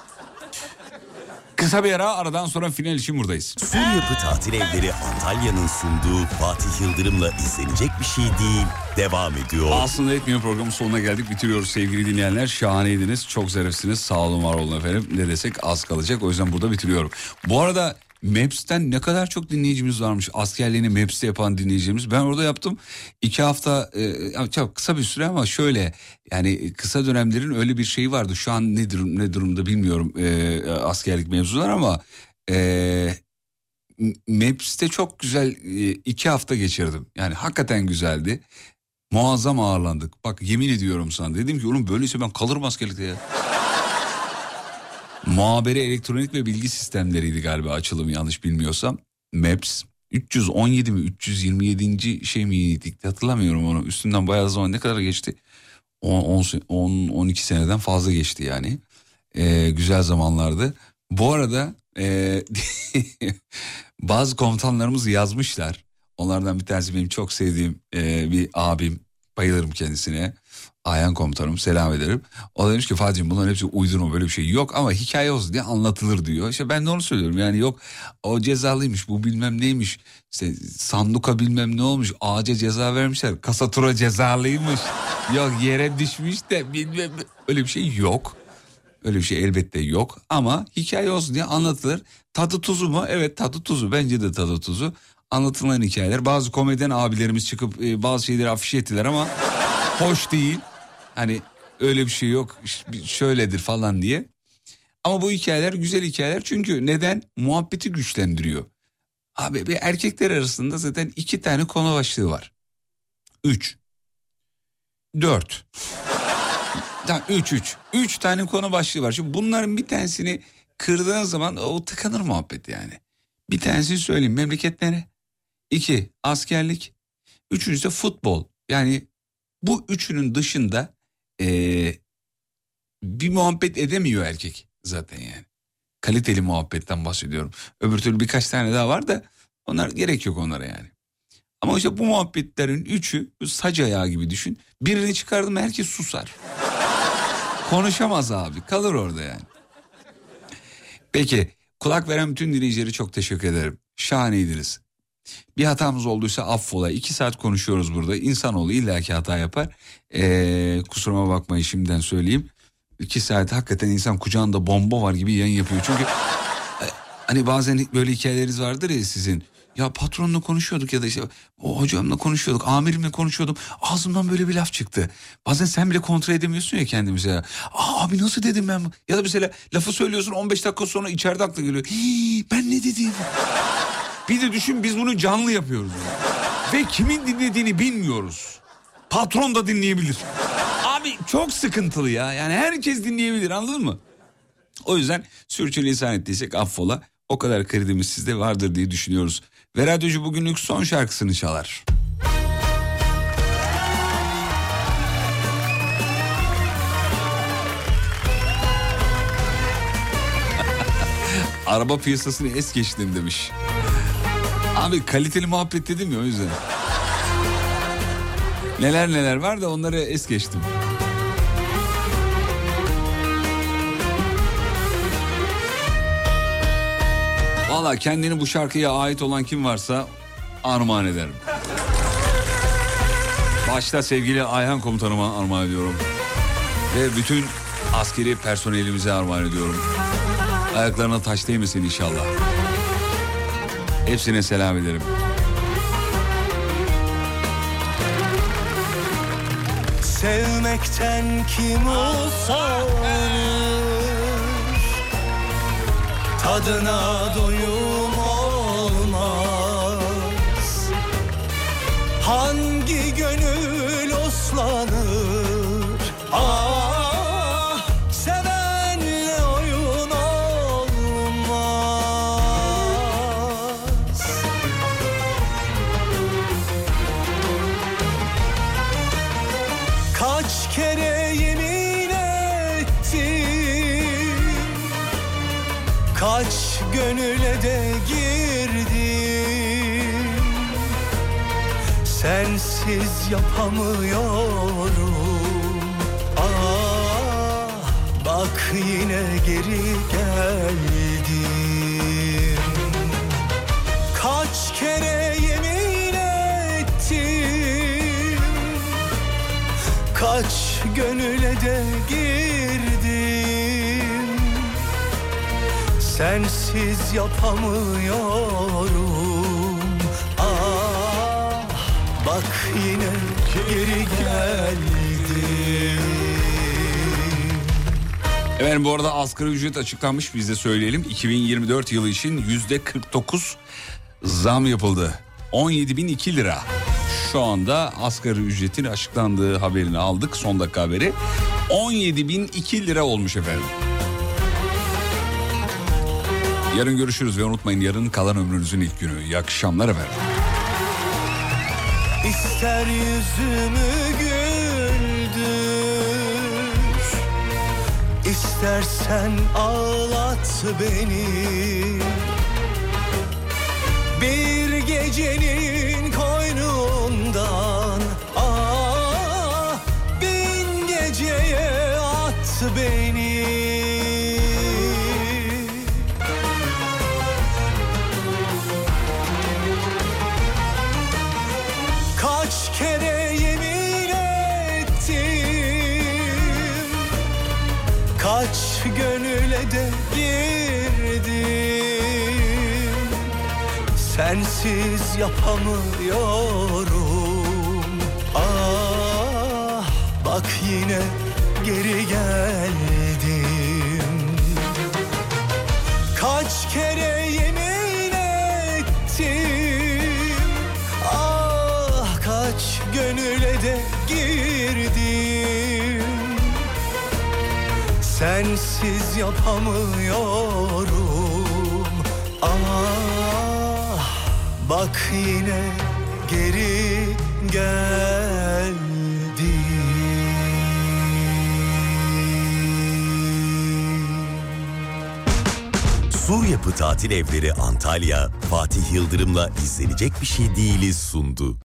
Speaker 3: Kısa bir ara, aradan sonra final için buradayız.
Speaker 1: Sur Yapı Tatil Evleri Antalya'nın sunduğu Fatih Yıldırım'la izlenecek bir şey değil, devam ediyor.
Speaker 3: Aslında etmiyor, programın sonuna geldik, bitiriyoruz sevgili dinleyenler. Şahaneydiniz, çok zarifsiniz, sağ olun var olun efendim. Ne desek az kalacak, o yüzden burada bitiriyorum. Bu arada Maps'ten ne kadar çok dinleyicimiz varmış. Askerliğini Maps'te yapan dinleyicimiz. Ben orada yaptım. iki hafta e, çok kısa bir süre ama şöyle yani kısa dönemlerin öyle bir şeyi vardı. Şu an ne, durum, ne durumda bilmiyorum e, askerlik mevzular ama e, Maps'te çok güzel e, iki hafta geçirdim. Yani hakikaten güzeldi. Muazzam ağırlandık. Bak yemin ediyorum sana. Dedim ki oğlum böyleyse ben kalırım askerlikte ya. Muhabere elektronik ve bilgi sistemleriydi galiba açılım, yanlış bilmiyorsam. Maps üç yüz on yedi mi üç yüz yirmi yedinci şey miydik hatırlamıyorum onu. Üstünden bayağı zaman, ne kadar geçti? on on iki seneden fazla geçti yani. Ee, güzel zamanlardı. Bu arada e, bazı komutanlarımız yazmışlar. Onlardan bir tanesi benim çok sevdiğim e, bir abim. Bayılırım kendisine. Ayhan komutanım, selam ederim. O da demiş ki Fatih'im bunların hepsi uydurma, böyle bir şey yok ama hikaye olsun diye anlatılır diyor. İşte ben de onu söylüyorum yani, yok o cezalıymış, bu bilmem neymiş, işte sanduka bilmem ne olmuş, ağaca ceza vermişler, kasatura cezalıymış, yok yere düşmüş de bilmem, öyle bir şey yok. Öyle bir şey elbette yok ama hikaye olsun diye anlatılır. Tadı tuzu mu? Evet, tadı tuzu, bence de tadı tuzu. Anlatılan hikayeler, bazı komedyen abilerimiz çıkıp e, bazı şeyleri afişe ettiler ama hoş değil. Hani öyle bir şey yok, şöyledir falan diye. Ama bu hikayeler güzel hikayeler, çünkü neden? Muhabbeti güçlendiriyor. Abi bir erkekler arasında zaten iki tane konu başlığı var. Üç. Dört. Üç, üç. Üç tane konu başlığı var. Şimdi bunların bir tanesini kırdığın zaman o tıkanır muhabbet yani. Bir tanesini söyleyeyim, memleket nere? İki, askerlik. Üçüncüsü futbol. Yani bu üçünün dışında ee, bir muhabbet edemiyor erkek zaten yani. Kaliteli muhabbetten bahsediyorum. Öbür türlü birkaç tane daha var da onlar gerek yok onlara yani. Ama işte bu muhabbetlerin üçü sac ayağı gibi düşün. Birini çıkardım herkes susar. Konuşamaz abi, kalır orada yani. Peki, kulak veren bütün dinleyicilere çok teşekkür ederim. Şahaneydiniz. Bir hatamız olduysa affola. İki saat konuşuyoruz burada. İnsanoğlu illaki hata yapar. Ee, kusuruma bakmayın şimdiden söyleyeyim. İki saat hakikaten insan kucağında bomba var gibi yayın yapıyor. Çünkü hani bazen böyle hikayeleriniz vardır ya sizin. Ya patronla konuşuyorduk ya da işte o hocamla konuşuyorduk, amirimle konuşuyordum. Ağzımdan böyle bir laf çıktı. Bazen sen bile kontrol edemiyorsun ya kendimize. Ya. Aa, abi nasıl dedim ben? Ya da mesela lafı söylüyorsun, on beş dakika sonra içeride aklı geliyor. Hii, ben ne dedim? Bir de düşün, biz bunu canlı yapıyoruz. Yani. Ve kimin dinlediğini bilmiyoruz. Patron da dinleyebilir. Abi çok sıkıntılı ya. Yani herkes dinleyebilir, anladın mı? O yüzden sürçülisan ettiysek affola. O kadar kredimiz sizde vardır diye düşünüyoruz. Ve radyocu bugünlük son şarkısını çalar. Araba piyasasını es geçtin demiş. Abi kaliteli muhabbet dedim ya, o yüzden. Neler neler var da onları es geçtim. Valla kendini bu şarkıya ait olan kim varsa armağan ederim. Başta sevgili Ayhan komutanıma armağan ediyorum. Ve bütün askeri personelimize armağan ediyorum. Ayaklarına taş değmesin inşallah. Hepsine selam ederim.
Speaker 2: Sevmekten kim usanır, tadına doyum olmaz. Hangi gönül oslanır, ah sevenle oyun olmaz. Kaç kere yemin ettim, kaç gönüle de girdim, sensiz yapamıyorum. Ah bak yine geri geldim. Kaç kere yemin ettim, kaç gönüle de girdim, sensiz yapamıyorum. Ah bak yine geri geldim.
Speaker 3: Efendim bu arada asgari ücret açıklanmış, biz de söyleyelim. iki bin yirmi dört yılı için yüzde kırk dokuz zam yapıldı. on yedi bin iki lira. Şu anda asgari ücretin açıklandığı haberini aldık, son dakika haberi. on yedi bin iki lira olmuş efendim. Yarın görüşürüz ve unutmayın, yarın kalan ömrünüzün ilk günü. İyi akşamlar efendim.
Speaker 2: İster yüzümü güldür, İstersen ağlat beni. Bir gecenin koynundan ah bin geceye at beni. Kaç kere yemin ettim, kaç gönüle de girdim, sensiz yapamıyorum. Ah bak yine geri geldim. Kaç kere yemin ettim, ah kaç gönüle de girdim, sensiz yapamıyorum. Ah bak yine geri geldim.
Speaker 1: Sur Yapı Tatil Evleri Antalya, Fatih Yıldırım'la izlenecek bir şey değiliz sundu.